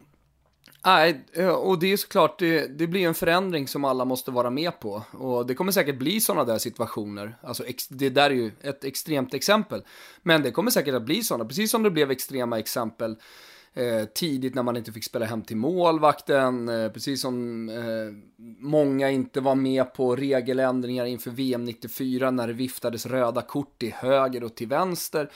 Nej, och det är såklart, det, det blir en förändring som alla måste vara med på, och det kommer säkert bli sådana där situationer. Alltså, ex, det där är ju ett extremt exempel, men det kommer säkert att bli sådana, precis som det blev extrema exempel eh, tidigt när man inte fick spela hem till målvakten, eh, precis som eh, många inte var med på regeländringar inför V M nittiofyra när det viftades röda kort till höger och till vänster.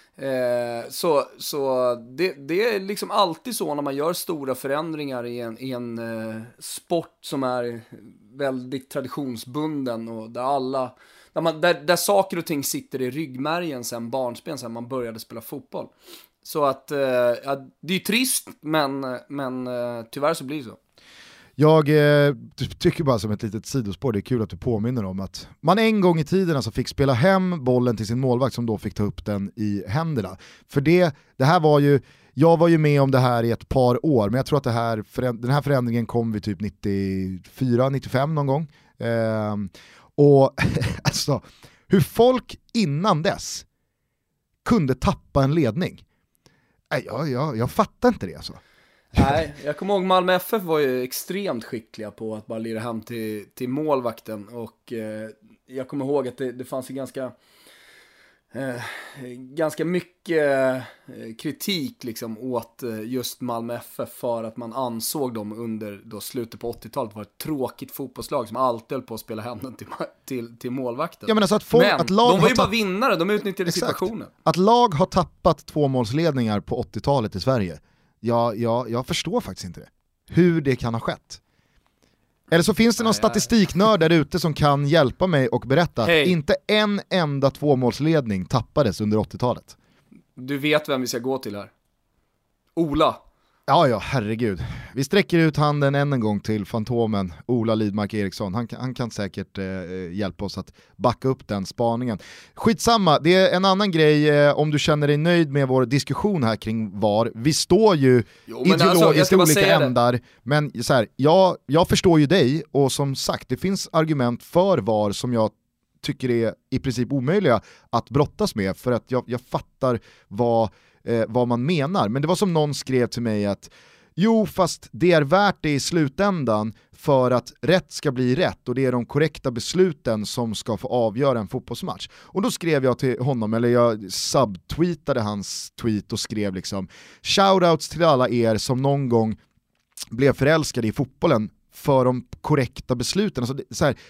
Eh, så så det, det är liksom alltid så när man gör stora förändringar i en, i en eh, sport som är väldigt traditionsbunden och där alla där, man, där, där saker och ting sitter i ryggmärgen sen barnsben, sen man började spela fotboll. Så att eh, ja, det är trist, men, men eh, tyvärr så blir det så. Jag eh, tycker bara som ett litet sidospår, det är kul att du påminner om att man en gång i tiden alltså fick spela hem bollen till sin målvakt som då fick ta upp den i händerna. För det, det här var ju, jag var ju med om det här i ett par år, men jag tror att det här, den här förändringen kom vid typ nittiofyra nittiofem någon gång. Eh, och alltså, hur folk innan dess kunde tappa en ledning. Nej, jag, jag, jag fattar inte det alltså. Nej, jag kommer ihåg Malmö F F var ju extremt skickliga på att bara lira hem till, till målvakten och eh, jag kommer ihåg att det, det fanns ju ganska eh, ganska mycket eh, kritik liksom åt eh, just Malmö F F för att man ansåg dem under då slutet på åttiotalet var ett tråkigt fotbollslag som alltid höll på att spela hem den till, till, till målvakten. Ja, men alltså att folk, men att lag de var ju tapp... bara vinnare, de utnyttjade Exakt. situationen. Att lag har tappat tvåmålsledningar på åttiotalet i Sverige, Ja, ja, jag förstår faktiskt inte det. Hur det kan ha skett. Eller så finns det någon statistiknörd där ute som kan hjälpa mig och berätta hey. att inte en enda tvåmålsledning tappades under åttiotalet. Du vet vem vi ska gå till här. Ola. Ja, ja, herregud. Vi sträcker ut handen än en gång till fantomen Ola Lidmark Eriksson. Han, han kan säkert eh, hjälpa oss att backa upp den spaningen. Skitsamma, det är en annan grej eh, om du känner dig nöjd med vår diskussion här kring V A R. Vi står ju jo, ideologiskt alltså, olika ändar, det. men så här, jag, jag förstår ju dig och som sagt, det finns argument för V A R som jag tycker är i princip omöjliga att brottas med för att jag, jag fattar vad Eh, vad man menar, men det var som någon skrev till mig att jo, fast det är värt det i slutändan för att rätt ska bli rätt och det är de korrekta besluten som ska få avgöra en fotbollsmatch. Och då skrev jag till honom, eller jag subtweetade hans tweet och skrev liksom shoutouts till alla er som någon gång blev förälskade i fotbollen för de korrekta besluten. Alltså det, så här,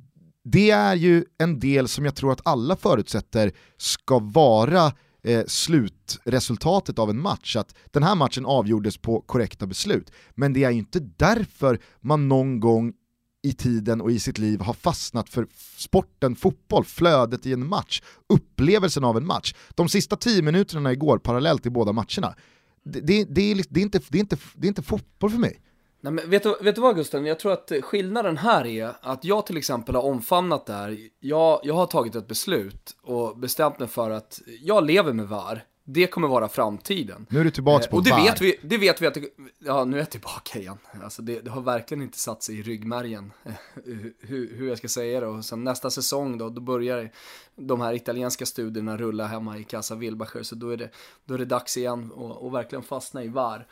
det är ju en del som jag tror att alla förutsätter ska vara Eh, slutresultatet av en match, att den här matchen avgjordes på korrekta beslut, men det är ju inte därför man någon gång i tiden och i sitt liv har fastnat för sporten fotboll, flödet i en match, upplevelsen av en match. De sista tio minuterna igår parallellt i båda matcherna, det, det, det, är, det, är, inte, det, är, inte, det är inte fotboll för mig. Nej, men vet, du, vet du vad Gusten, jag tror att skillnaden här är att jag till exempel har omfamnat det här. Jag, jag har tagit ett beslut och bestämt mig för att jag lever med V A R. Det kommer vara framtiden. Nu är du tillbaka på eh, och det V A R. vet vi, det vet vi att det, ja, nu är jag tillbaka igen. Alltså det, det har verkligen inte satt sig i ryggmärgen hur, hur jag ska säga det. Och sen nästa säsong då, då börjar de här italienska studierna rulla hemma i Casa Wilbacher. Så då är det, då är det dags igen och, och verkligen fastna i V A R.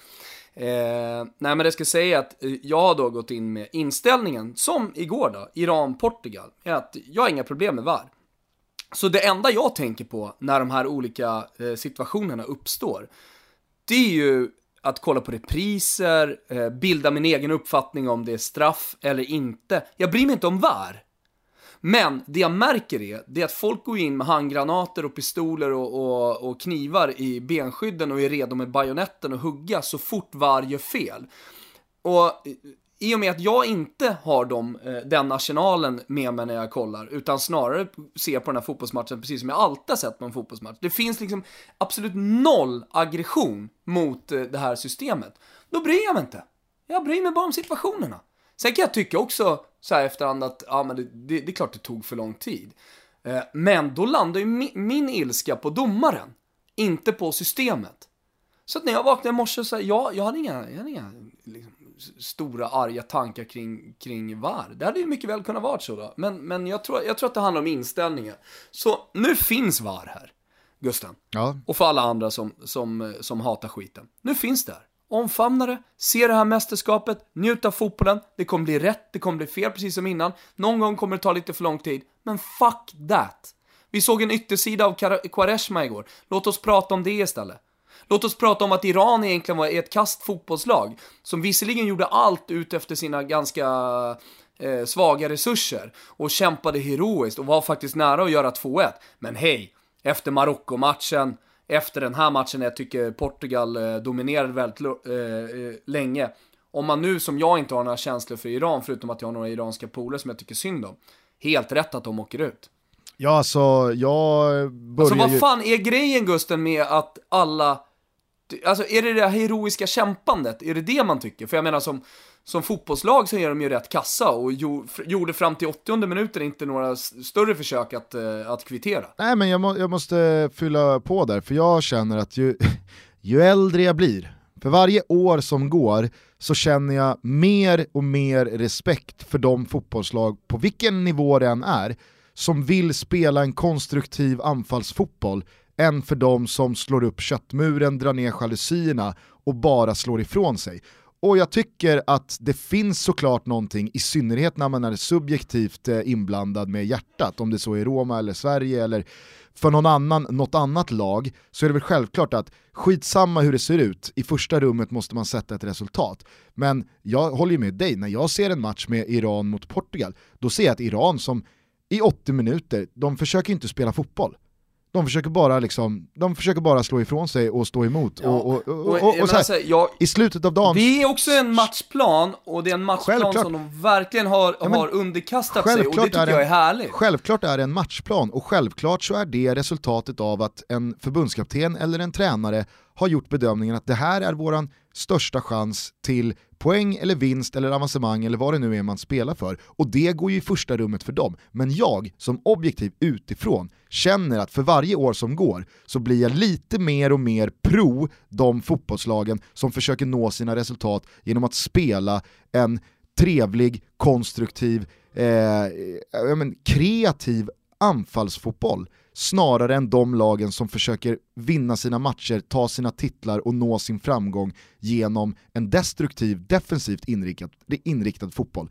Eh, nej men det ska säga att jag har då gått in med inställningen som igår då, Iran-Portugal, är att jag har inga problem med V A R. Så det enda jag tänker på när de här olika eh, situationerna uppstår, det är ju att kolla på repriser, eh, bilda min egen uppfattning om det är straff eller inte. Jag bryr mig inte om V A R. Men det jag märker är, det är att folk går in med handgranater och pistoler och, och, och knivar i benskydden och är redo med bajonetten och hugga så fort V A R gör fel. Och i och med att jag inte har dem, den arsenalen med mig när jag kollar, utan snarare ser på den här fotbollsmatchen precis som jag alltid har sett på en fotbollsmatch. Det finns liksom absolut noll aggression mot det här systemet. Då bryr jag mig inte. Jag bryr mig bara om situationerna. Sen kan jag tycka också så här efterhand att ja, men det, det, det är klart det tog för lång tid. Eh, men då landar ju min, min ilska på domaren, inte på systemet. Så att när jag vaknade i morse så här, ja, jag hade inga, jag hade inga liksom, stora arga tankar kring, kring V A R. Det hade ju mycket väl kunnat vara så då. Men, men jag, tror, jag tror att det handlar om inställningar. Så nu finns V A R här, Gusten. Ja. Och för alla andra som, som, som hatar skiten. Nu finns det här. Omfamna det, se det här mästerskapet, njut av fotbollen, det kommer bli rätt, det kommer bli fel precis som innan, någon gång kommer det ta lite för lång tid, men fuck that. Vi såg en yttersida av Quaresma igår, låt oss prata om det istället. Låt oss prata om att Iran egentligen var ett kast fotbollslag som visserligen gjorde allt ut efter sina ganska eh, svaga resurser och kämpade heroiskt och var faktiskt nära att göra två ett. Men hej, efter Marocko-matchen, efter den här matchen, jag tycker Portugal eh, dominerade väldigt eh, eh, länge. Om man nu, som jag inte har några känslor för Iran, förutom att jag har några iranska polare som jag tycker synd om, helt rätt att de åker ut. Ja, alltså, jag börjar Alltså vad ju... fan är grejen, Gusten, med att alla... Alltså är det det här heroiska kämpandet? Är det det man tycker? För jag menar, som, som fotbollslag så gör de ju rätt kassa och jo, gjorde fram till åttionde minuten inte några större försök att, uh, att kvittera. Nej, men jag, må, jag måste fylla på där, för jag känner att ju, ju äldre jag blir, för varje år som går, så känner jag mer och mer respekt för de fotbollslag, på vilken nivå det än är, som vill spela en konstruktiv anfallsfotboll, än för de som slår upp köttmuren, drar ner jalusierna och bara slår ifrån sig. Och jag tycker att det finns såklart någonting, i synnerhet när man är subjektivt inblandad med hjärtat, om det så är Roma eller Sverige eller för någon annan, något annat lag, så är det väl självklart att skitsamma hur det ser ut, i första rummet måste man sätta ett resultat. Men jag håller ju med dig, när jag ser en match med Iran mot Portugal, då ser jag att Iran som i åttio minuter, de försöker inte spela fotboll. De försöker bara liksom, de försöker bara slå ifrån sig och stå emot. Ja. Och, och, och, och, och så här, alltså, jag, i slutet av dagen... Det är också en matchplan, och det är en matchplan självklart. Som de verkligen har, ja, har underkastat sig, och det tycker är en, jag är härligt. Självklart är det en matchplan, och självklart så är det resultatet av att en förbundskapten eller en tränare har gjort bedömningen att det här är våran största chans till poäng eller vinst eller avancemang eller vad det nu är man spelar för, och det går ju i första rummet för dem. Men jag som objektiv utifrån känner att för varje år som går så blir jag lite mer och mer pro de fotbollslagen som försöker nå sina resultat genom att spela en trevlig, konstruktiv, eh, jag men, kreativ anfallsfotboll, snarare än de lagen som försöker vinna sina matcher, ta sina titlar och nå sin framgång genom en destruktiv, defensivt inriktad, inriktad fotboll.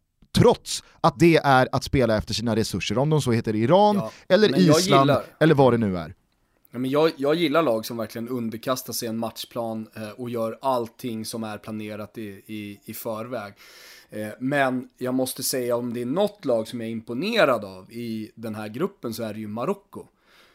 Trots att det är att spela efter sina resurser, om de så heter Iran, ja, eller Island eller vad det nu är. Ja, men jag, jag gillar lag som verkligen underkastar sig en matchplan eh, och gör allting som är planerat i, i, i förväg. Eh, men jag måste säga, om det är något lag som jag är imponerad av i den här gruppen, så är det ju Marocko.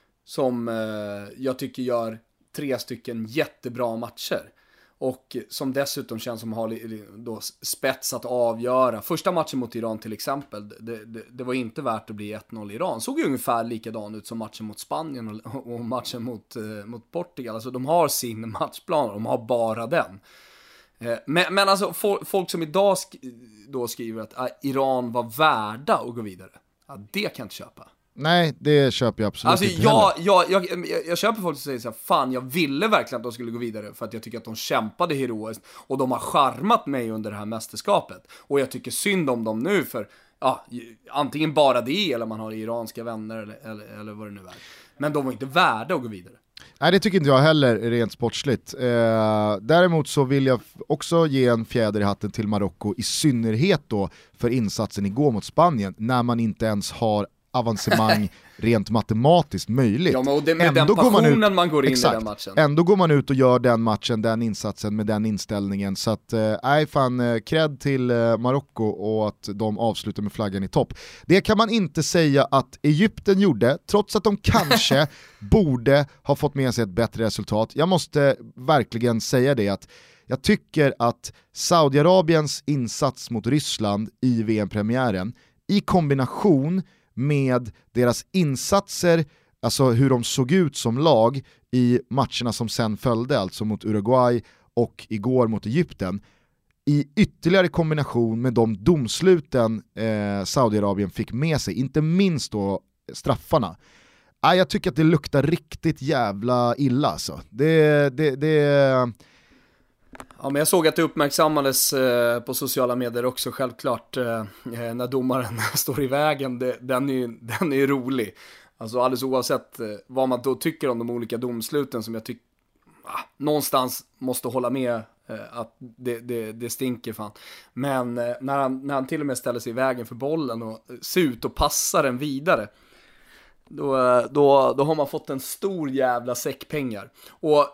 Som eh, jag tycker gör tre stycken jättebra matcher. Och som dessutom känns som har då spets att avgöra. Första matchen mot Iran till exempel, det, det, det var inte värt att bli ett noll Iran. Såg ju ungefär likadan ut som matchen mot Spanien och, och matchen mot, eh, mot Portugal. Alltså de har sin matchplan, de har bara den. Eh, men, men alltså folk, folk som idag sk- då skriver att eh, Iran var värda att gå vidare. Ja, det kan jag inte köpa. Nej, det köper jag absolut alltså, inte jag, jag, jag, jag, jag köper folk som säger så här: fan, jag ville verkligen att de skulle gå vidare, för att jag tycker att de kämpade heroiskt och de har charmat mig under det här mästerskapet. Och jag tycker synd om dem nu, för ja, antingen bara det, eller man har iranska vänner eller, eller, eller vad det nu är. Men de var inte värda att gå vidare. Nej, det tycker inte jag heller rent sportsligt. Eh, däremot så vill jag också ge en fjäder i hatten till Marocko, i synnerhet då för insatsen igår mot Spanien, när man inte ens har avancemang rent matematiskt möjligt. Ja, men och det, med ändå den passionen man, ut, man går in exakt, i den matchen. Ändå går man ut och gör den matchen, den insatsen med den inställningen. Så att, nej eh, fan, eh, cred till eh, Marocko, och att de avslutar med flaggan i topp. Det kan man inte säga att Egypten gjorde, trots att de kanske borde ha fått med sig ett bättre resultat. Jag måste verkligen säga det, att jag tycker att Saudiarabiens insats mot Ryssland i V M-premiären, i kombination med deras insatser, alltså hur de såg ut som lag i matcherna som sen följde, alltså mot Uruguay och igår mot Egypten, i ytterligare kombination med de domsluten eh, Saudiarabien fick med sig, inte minst då straffarna. Ah, jag tycker att det luktar riktigt jävla illa alltså. Det, det, det... Ja, men jag såg att det uppmärksammades eh, på sociala medier också, självklart, eh, när domaren står i vägen. Det, den, är, den är rolig. Alltså alldeles oavsett eh, vad man då tycker om de olika domsluten, som jag tycker ah, någonstans måste hålla med eh, att det, det, det stinker fan. Men eh, när, han, när han till och med ställer sig i vägen för bollen och ser ut och passar den vidare, då, då, då har man fått en stor jävla säck pengar. Och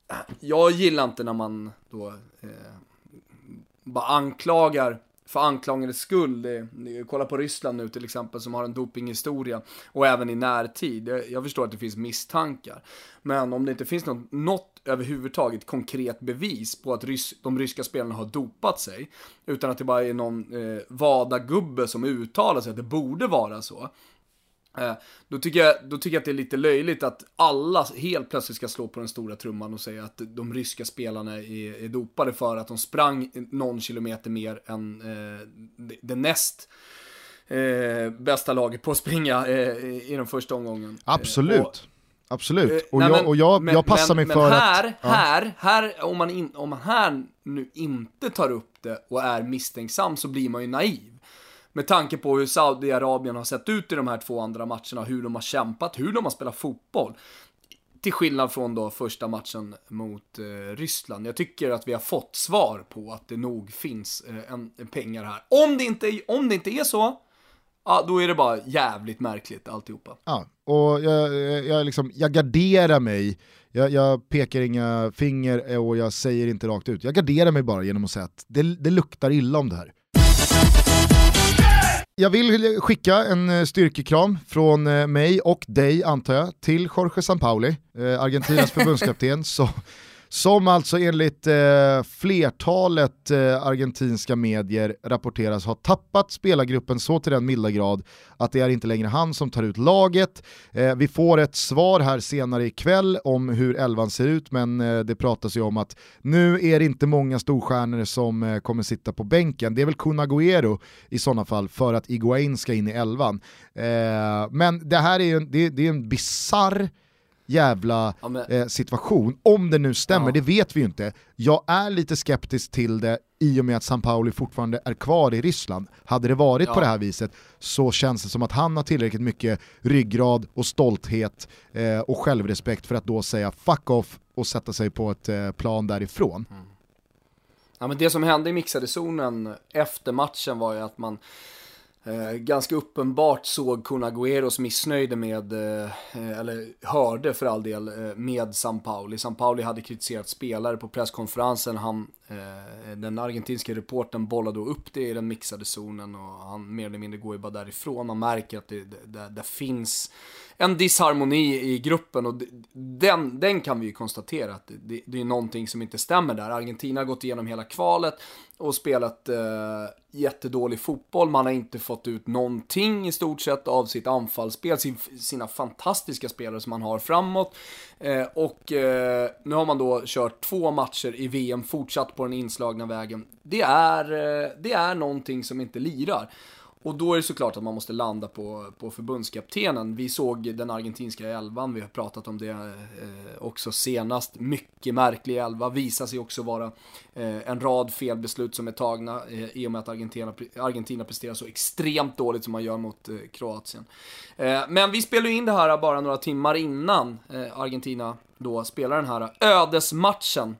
jag gillar inte när man då eh, bara anklagar för anklagandets skull. Det, det, kolla på Ryssland nu till exempel, som har en dopinghistoria, och även i närtid. Jag, jag förstår att det finns misstankar, men om det inte finns något, något överhuvudtaget konkret bevis på att rys, de ryska spelarna har dopat sig, utan att det bara är någon eh, vada-gubbe som uttalar sig att det borde vara så, eh, då, tycker jag, då tycker jag att det är lite löjligt att alla helt plötsligt ska slå på den stora trumman och säga att de ryska spelarna är, är dopade för att de sprang någon kilometer mer än eh, det, det näst eh, bästa laget på att springa eh, i den första omgången. Absolut. Eh, och, Absolut, och, nej, jag, men, och jag, men, jag passar men, mig för men här, att... Ja. Här, här, om man, in, om man här nu inte tar upp det och är misstänksam, så blir man ju naiv. Med tanke på hur Saudiarabien har sett ut i de här två andra matcherna, hur de har kämpat, hur de har spelat fotboll. Till skillnad från då första matchen mot eh, Ryssland. Jag tycker att vi har fått svar på att det nog finns eh, en, en pengar här. Om det, inte, om det inte är så, ja, då är det bara jävligt märkligt alltihopa. Ja, och jag, jag, liksom, jag garderar mig, jag, jag pekar inga finger och jag säger inte rakt ut. Jag garderar mig bara genom att säga att det, det luktar illa om det här. Jag vill skicka en styrkekram från mig och dig, antar jag, till Jorge Sampaoli, Argentinas förbundskapten, så som alltså enligt eh, flertalet eh, argentinska medier rapporteras ha tappat spelargruppen så till den milda grad att det är inte längre han som tar ut laget. Eh, vi får ett svar här senare ikväll om hur elvan ser ut, men eh, det pratas ju om att nu är det inte många storstjärnor som eh, kommer sitta på bänken. Det är väl Kun Agüero i sådana fall, för att Higuaín ska in i elvan. Eh, men det här är ju en, det, det är en bizarr jävla ja, men... eh, situation. Om det nu stämmer, ja. Det vet vi ju inte. Jag är lite skeptisk till det i och med att Sampaoli fortfarande är kvar i Ryssland. Hade det varit ja. på det här viset, så känns det som att han har tillräckligt mycket ryggrad och stolthet eh, och självrespekt för att då säga fuck off och sätta sig på ett eh, plan därifrån. Mm. Ja, men det som hände i mixade zonen efter matchen var ju att man Eh, ganska uppenbart såg Kun Agüeros missnöjde med, eh, eller hörde för all del, eh, med Sampaoli. Sampaoli hade kritiserat spelare på presskonferensen. Han, eh, den argentinska reportern bollade upp det i den mixade zonen och han mer eller mindre går ju bara därifrån. Man märker att det, det, det finns en disharmoni i gruppen, och den, den kan vi ju konstatera att det, det är någonting som inte stämmer där. Argentina har gått igenom hela kvalet och spelat eh, jättedålig fotboll. Man har inte fått ut någonting i stort sett av sitt anfallsspel, sin, sina fantastiska spelare som man har framåt. Eh, och eh, nu har man då kört två matcher i V M, fortsatt på den inslagna vägen. Det är, eh, det är någonting som inte lirar. Och då är det såklart att man måste landa på, på förbundskaptenen. Vi såg den argentinska elvan, vi har pratat om det eh, också senast. Mycket märklig elva, visar sig också vara eh, en rad felbeslut som är tagna eh, i och med att Argentina, Argentina presterar så extremt dåligt som man gör mot eh, Kroatien. Eh, men vi spelar ju in det här bara några timmar innan eh, Argentina då spelar den här ödesmatchen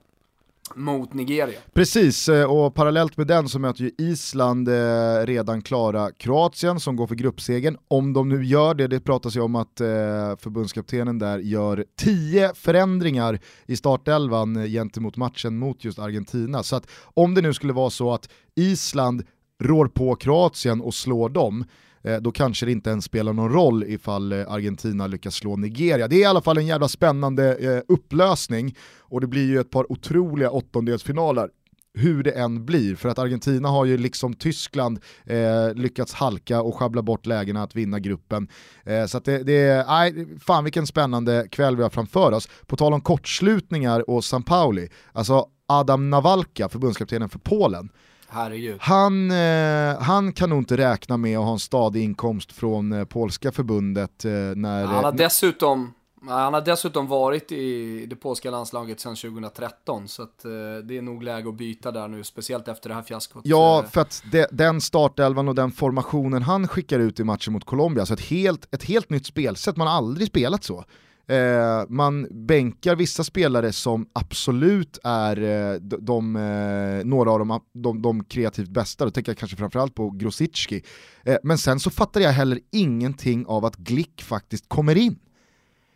mot Nigeria. Precis, och parallellt med den så möter ju Island redan klara Kroatien som går för gruppsegen. Om de nu gör det, det pratas ju om att förbundskaptenen där gör tio förändringar i startelvan gentemot matchen mot just Argentina. Så att om det nu skulle vara så att Island rår på Kroatien och slår dem, då kanske det inte ens spelar någon roll ifall Argentina lyckas slå Nigeria. Det är i alla fall en jävla spännande eh, upplösning, och det blir ju ett par otroliga åttondelsfinaler hur det än blir, för att Argentina har ju liksom Tyskland eh, lyckats halka och schabbla bort lägena att vinna gruppen. Eh, så att det, det är, nej, fan vilken spännande kväll vi har framför oss. På tal om kortslutningar och Sampaoli, alltså Adam Nawalka, förbundskaptenen för Polen, herregud. Han, eh, han kan nog inte räkna med att ha en stadig inkomst från eh, polska förbundet. Eh, när, han, har dessutom, han har dessutom varit i det polska landslaget sedan tjugohundratretton, så att, eh, det är nog läge att byta där nu, speciellt efter det här fiaskot. Ja, för att det, den startelvan och den formationen han skickar ut i matchen mot Colombia, så ett helt, ett helt nytt spelsätt, man har aldrig spelat så. Eh, man bänkar vissa spelare som absolut är eh, de, de, eh, några av de, de, de kreativt bästa. Då tänker jag kanske framförallt på Grosicki. Eh, men sen så fattar jag heller ingenting av att Glick faktiskt kommer in.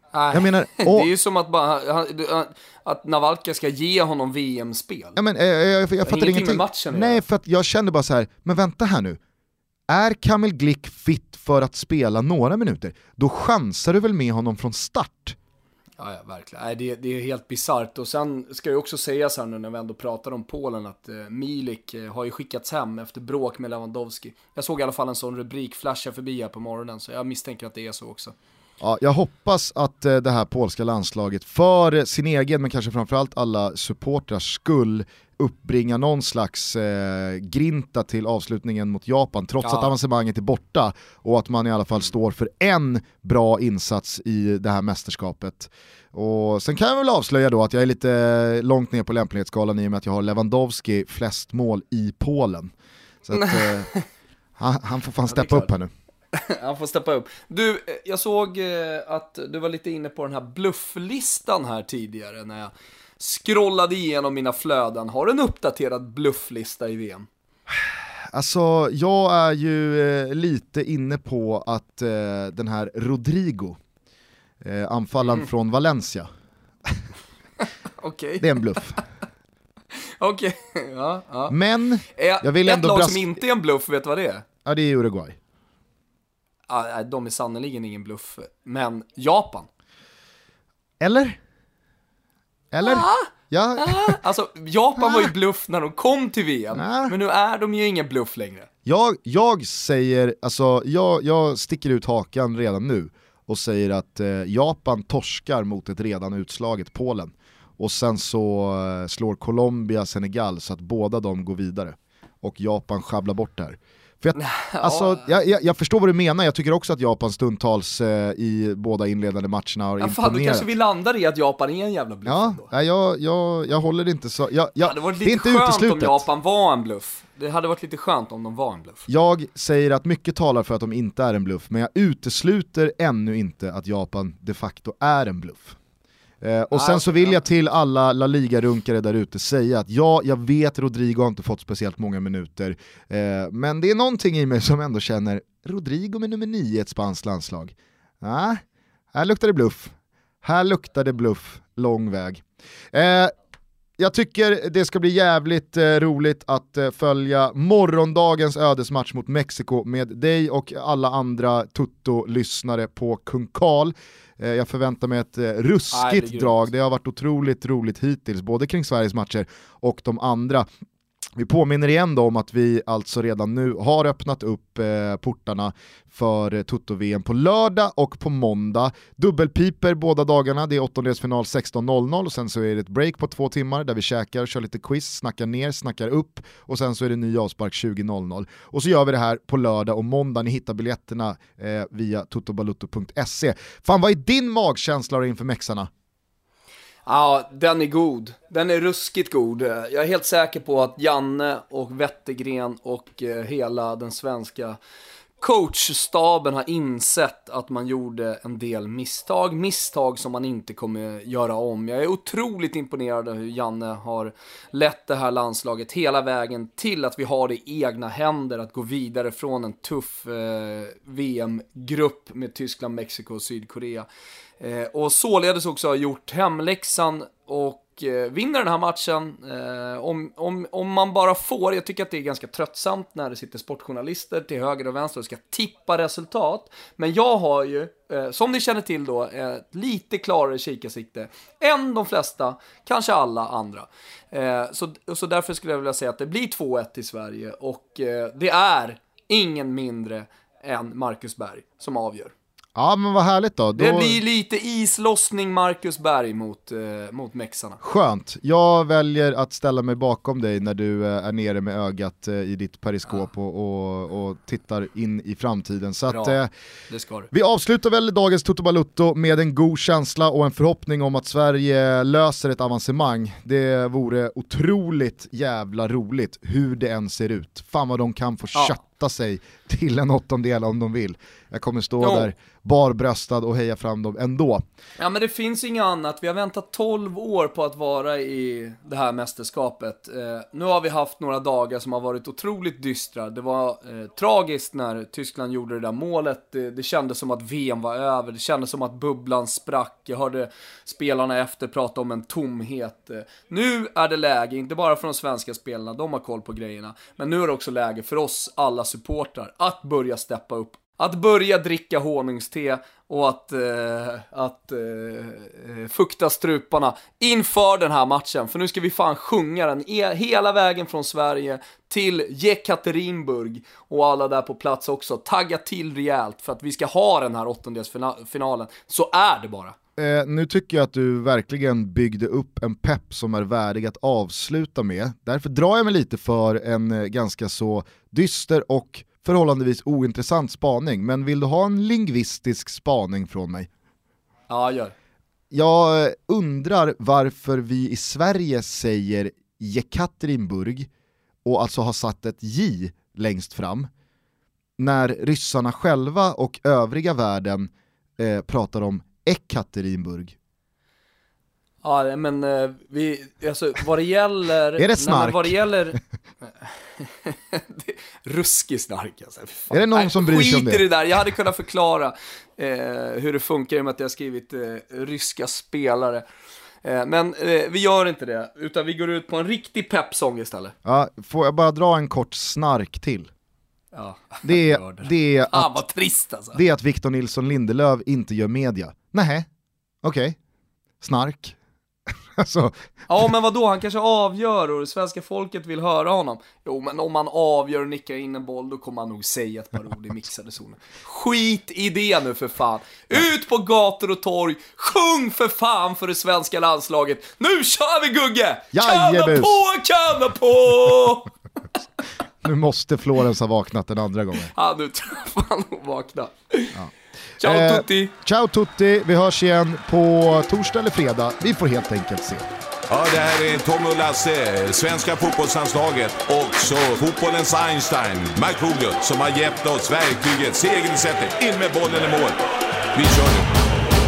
Nej, jag menar, det är ju som att, bara, han, att Navalka ska ge honom V M-spel. Ja, men, jag, jag, jag, jag fattar ingenting. Matchen, Nej, jag. för att jag kände bara så här, men vänta här nu. Är Kamil Glick fit för att spela några minuter? Då chansar du väl med honom från start? Ja, ja, verkligen. Nej, det, det är helt bizarrt. Och sen ska jag också säga så här nu när vi ändå pratar om Polen att eh, Milik eh, har ju skickats hem efter bråk med Lewandowski. Jag såg i alla fall en sån rubrik flasha förbi här på morgonen, så jag misstänker att det är så också. Ja, jag hoppas att eh, det här polska landslaget för sin egen, men kanske framförallt alla supportrars skull, uppbringa någon slags eh, grinta till avslutningen mot Japan, trots ja. att avancemanget är borta, och att man i alla fall står för en bra insats i det här mästerskapet. Och sen kan jag väl avslöja då att jag är lite långt ner på lämplighetsskalan i och med att jag har Lewandowski flest mål i Polen. Så att eh, han, han får fan steppa upp här nu. Han får steppa upp. Du, jag såg eh, att du var lite inne på den här blufflistan här tidigare när jag scrollade igenom mina flöden. Har du en uppdaterad blufflista i V M? Alltså, jag är ju eh, lite inne på att eh, den här Rodrigo, eh, anfallaren mm. från Valencia, okay. det är en bluff. Okej, okay. ja, ja. Men jag, jag vill ett ändå... lag bras- som inte är en bluff, vet vad det är? Ja, det är Uruguay. Ja, de är sannoliken ingen bluff. Men Japan. Eller? Eller? Ah, ja. ah. Alltså, Japan ah. var ju bluff när de kom till V M. Ah. Men nu är de ju ingen bluff längre. Jag, jag säger, alltså, jag, jag sticker ut hakan redan nu och säger att eh, Japan torskar mot ett redan utslaget Polen. Och sen så eh, slår Colombia Senegal så att båda de går vidare. Och Japan sjabblar bort det här. För jag, alltså, jag, jag, jag förstår vad du menar. Jag tycker också att Japan stundtals eh, i båda inledande matcherna har ja, imponerat. Fan, då kanske vi landar i att Japan är en jävla bluff. Ja, då. jag, jag, jag håller det inte så. Jag, jag, det hade varit lite det är inte skönt uteslutet. om Japan var en bluff. Det hade varit lite skönt om de var en bluff. Jag säger att mycket talar för att de inte är en bluff, men jag utesluter ännu inte att Japan de facto är en bluff. Eh, och sen så vill jag till alla La Liga-runkare där ute säga att ja, jag vet Rodrigo har inte fått speciellt många minuter, eh, men det är någonting i mig som ändå känner Rodrigo med nummer nio i ett spanskt landslag. Ah, här luktar det bluff. Här luktar det bluff, lång väg. Eh, jag tycker det ska bli jävligt eh, roligt att eh, följa morgondagens ödesmatch mot Mexiko med dig och alla andra Tutto-lyssnare på Kung Karl. Jag förväntar mig ett ruskigt Nej, drag. Det har varit otroligt roligt hittills, både kring Sveriges matcher och de andra. Vi påminner igen då om att vi alltså redan nu har öppnat upp eh, portarna för eh, Tutto-V M på lördag och på måndag. Dubbelpiper båda dagarna, det är åttondelsfinal sexton noll noll och sen så är det ett break på två timmar där vi käkar, kör lite quiz, snackar ner, snackar upp och sen så är det ny avspark tjugo noll noll. Och så gör vi det här på lördag och måndag. Ni hittar biljetterna eh, via tuttobalutto punkt se. Fan, vad är din magkänsla inför mexarna? Ja, den är god. Den är ruskigt god. Jag är helt säker på att Janne och Wettergren och eh, hela den svenska coachstaben har insett att man gjorde en del misstag. Misstag som man inte kommer göra om. Jag är otroligt imponerad av hur Janne har lett det här landslaget hela vägen till att vi har det i egna händer att gå vidare från en tuff eh, V M-grupp med Tyskland, Mexiko och Sydkorea. Eh, och således också har gjort hemläxan och eh, vinner den här matchen. Eh, om, om, om man bara får, jag tycker att det är ganska tröttsamt när det sitter sportjournalister till höger och vänster och ska tippa resultat. Men jag har ju, eh, som ni känner till då, ett lite klarare kikarsikte än de flesta, kanske alla andra. Eh, så, så därför skulle jag vilja säga att det blir två ett i Sverige och eh, det är ingen mindre än Marcus Berg som avgör. Ja, men vad härligt då. då... Det blir lite islossning Marcus Berg mot, eh, mot mexarna. Skönt. Jag väljer att ställa mig bakom dig när du eh, är nere med ögat eh, i ditt periskop ja. och, och, och tittar in i framtiden. Så att, eh, det ska du. Vi avslutar väl dagens Toto Balutto med en god känsla och en förhoppning om att Sverige löser ett avancemang. Det vore otroligt jävla roligt hur det än ser ut. Fan vad de kan få ja. kött tvätta sig till en åttondel om de vill. Jag kommer stå jo. där barbröstad och heja fram dem ändå. Ja, men det finns inget annat. Vi har väntat tolv år på att vara i det här mästerskapet. Eh, nu har vi haft några dagar som har varit otroligt dystra. Det var eh, tragiskt när Tyskland gjorde det där målet. Det, det kändes som att V M var över. Det kändes som att bubblan sprack. Jag hörde spelarna efter prata om en tomhet. Eh, nu är det läge, inte bara för de svenska spelarna, de har koll på grejerna. Men nu är det också läge för oss alla supportrar att börja steppa upp. Att börja dricka honungste och att, eh, att eh, fukta struparna inför den här matchen. För nu ska vi fan sjunga den e- hela vägen från Sverige till Jekaterinburg. Och alla där på plats också. Tagga till rejält för att vi ska ha den här åttondelsfinalen. Så är det bara. Eh, nu tycker jag att du verkligen byggde upp en pepp som är värdig att avsluta med. Därför drar jag mig lite för en eh, ganska så dyster och förhållandevis ointressant spaning. Men vill du ha en lingvistisk spaning från mig? Ja, gör. Jag undrar varför vi i Sverige säger Jekaterinburg och alltså har satt ett J längst fram, när ryssarna själva och övriga världen eh, pratar om Ekaterinburg. Ja, men eh, vi, alltså vad det gäller... Är det snark? Nej, vad det gäller... Ruskig snark alltså. Fan. Är det någon som bryr sig om det? Skit i det där, jag hade kunnat förklara eh, hur det funkar i och med att jag har skrivit eh, ryska spelare. Eh, men eh, vi gör inte det, utan vi går ut på en riktig peppsång istället. Ja, får jag bara dra en kort snark till? Ja, det är, det. Det är ah, att, vad trist alltså. Det är att Victor Nilsson Lindelöf inte gör media. Nej, okej. Okay. Snark. Alltså. Ja, men vadå? Han kanske avgör och det svenska folket vill höra honom. Jo, men om man avgör och nickar in en boll, då kommer han nog säga ett par ord i mixade zonen. Skit i det nu för fan. Ut på gator och torg. Sjung för fan för det svenska landslaget. Nu kör vi, Gugge! Kanna på, kanna på! Nu måste Florens ha vaknat den andra gången. Ja, nu tror jag fan hon vaknar. Ja. Ciao eh, tutti! Ciao tutti, vi hörs igen på torsdag eller fredag. Vi får helt enkelt se. Ja, det här är Tom och Lasse, svenska fotbollslandslaget och så fotbollens Einstein, Markoolio, som har gett oss verktyget, segelsättet, in med bollen i mål. Vi kör nu.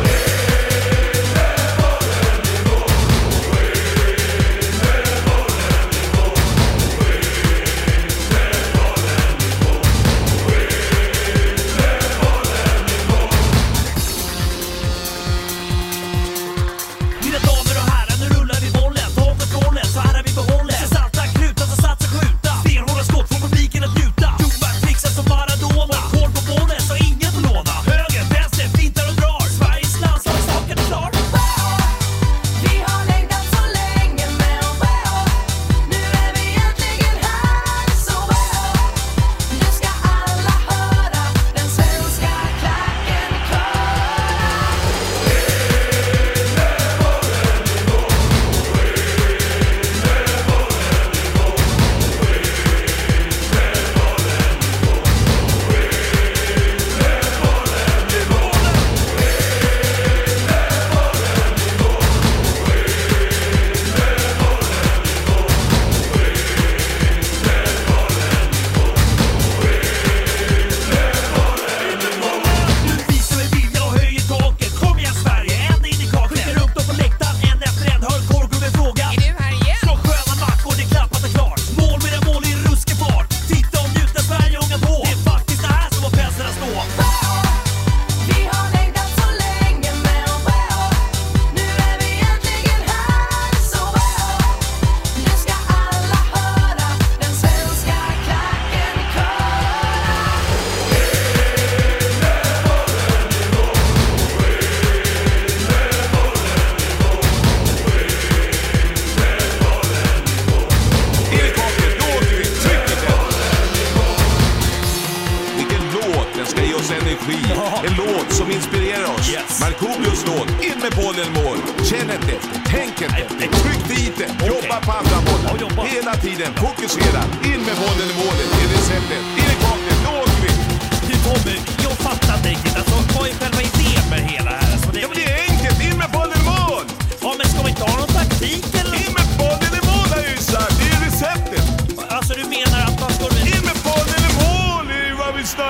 En låt som inspirerar oss. Yes. Markoolios låt, in med bollen i mål. Känn inte efter, tänk inte efter. Tryck dit den, okay. Jobba på andra bollen. Ja, hela tiden, fokusera. In med bollen i målet, det är receptet. In i kaklet, då åker vi. Du Tommy, jag fattar inte riktigt. Alltså, vad är själva idén med hela här? Alltså, det... Ja, men det är enkelt, in med bollen i mål. Ja, men ska vi inte ha någon taktik eller? In med bollen i mål har jag ju sagt, det är receptet. Alltså, du menar att man ska... In med bollen i mål,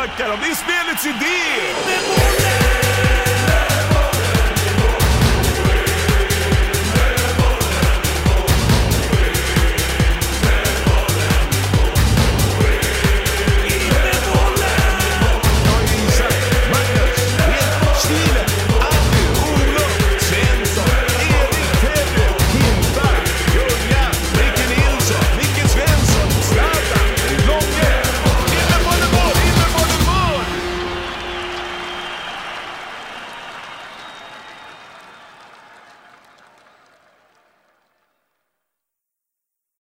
snackar om. Det är spelets idé! In med bollen!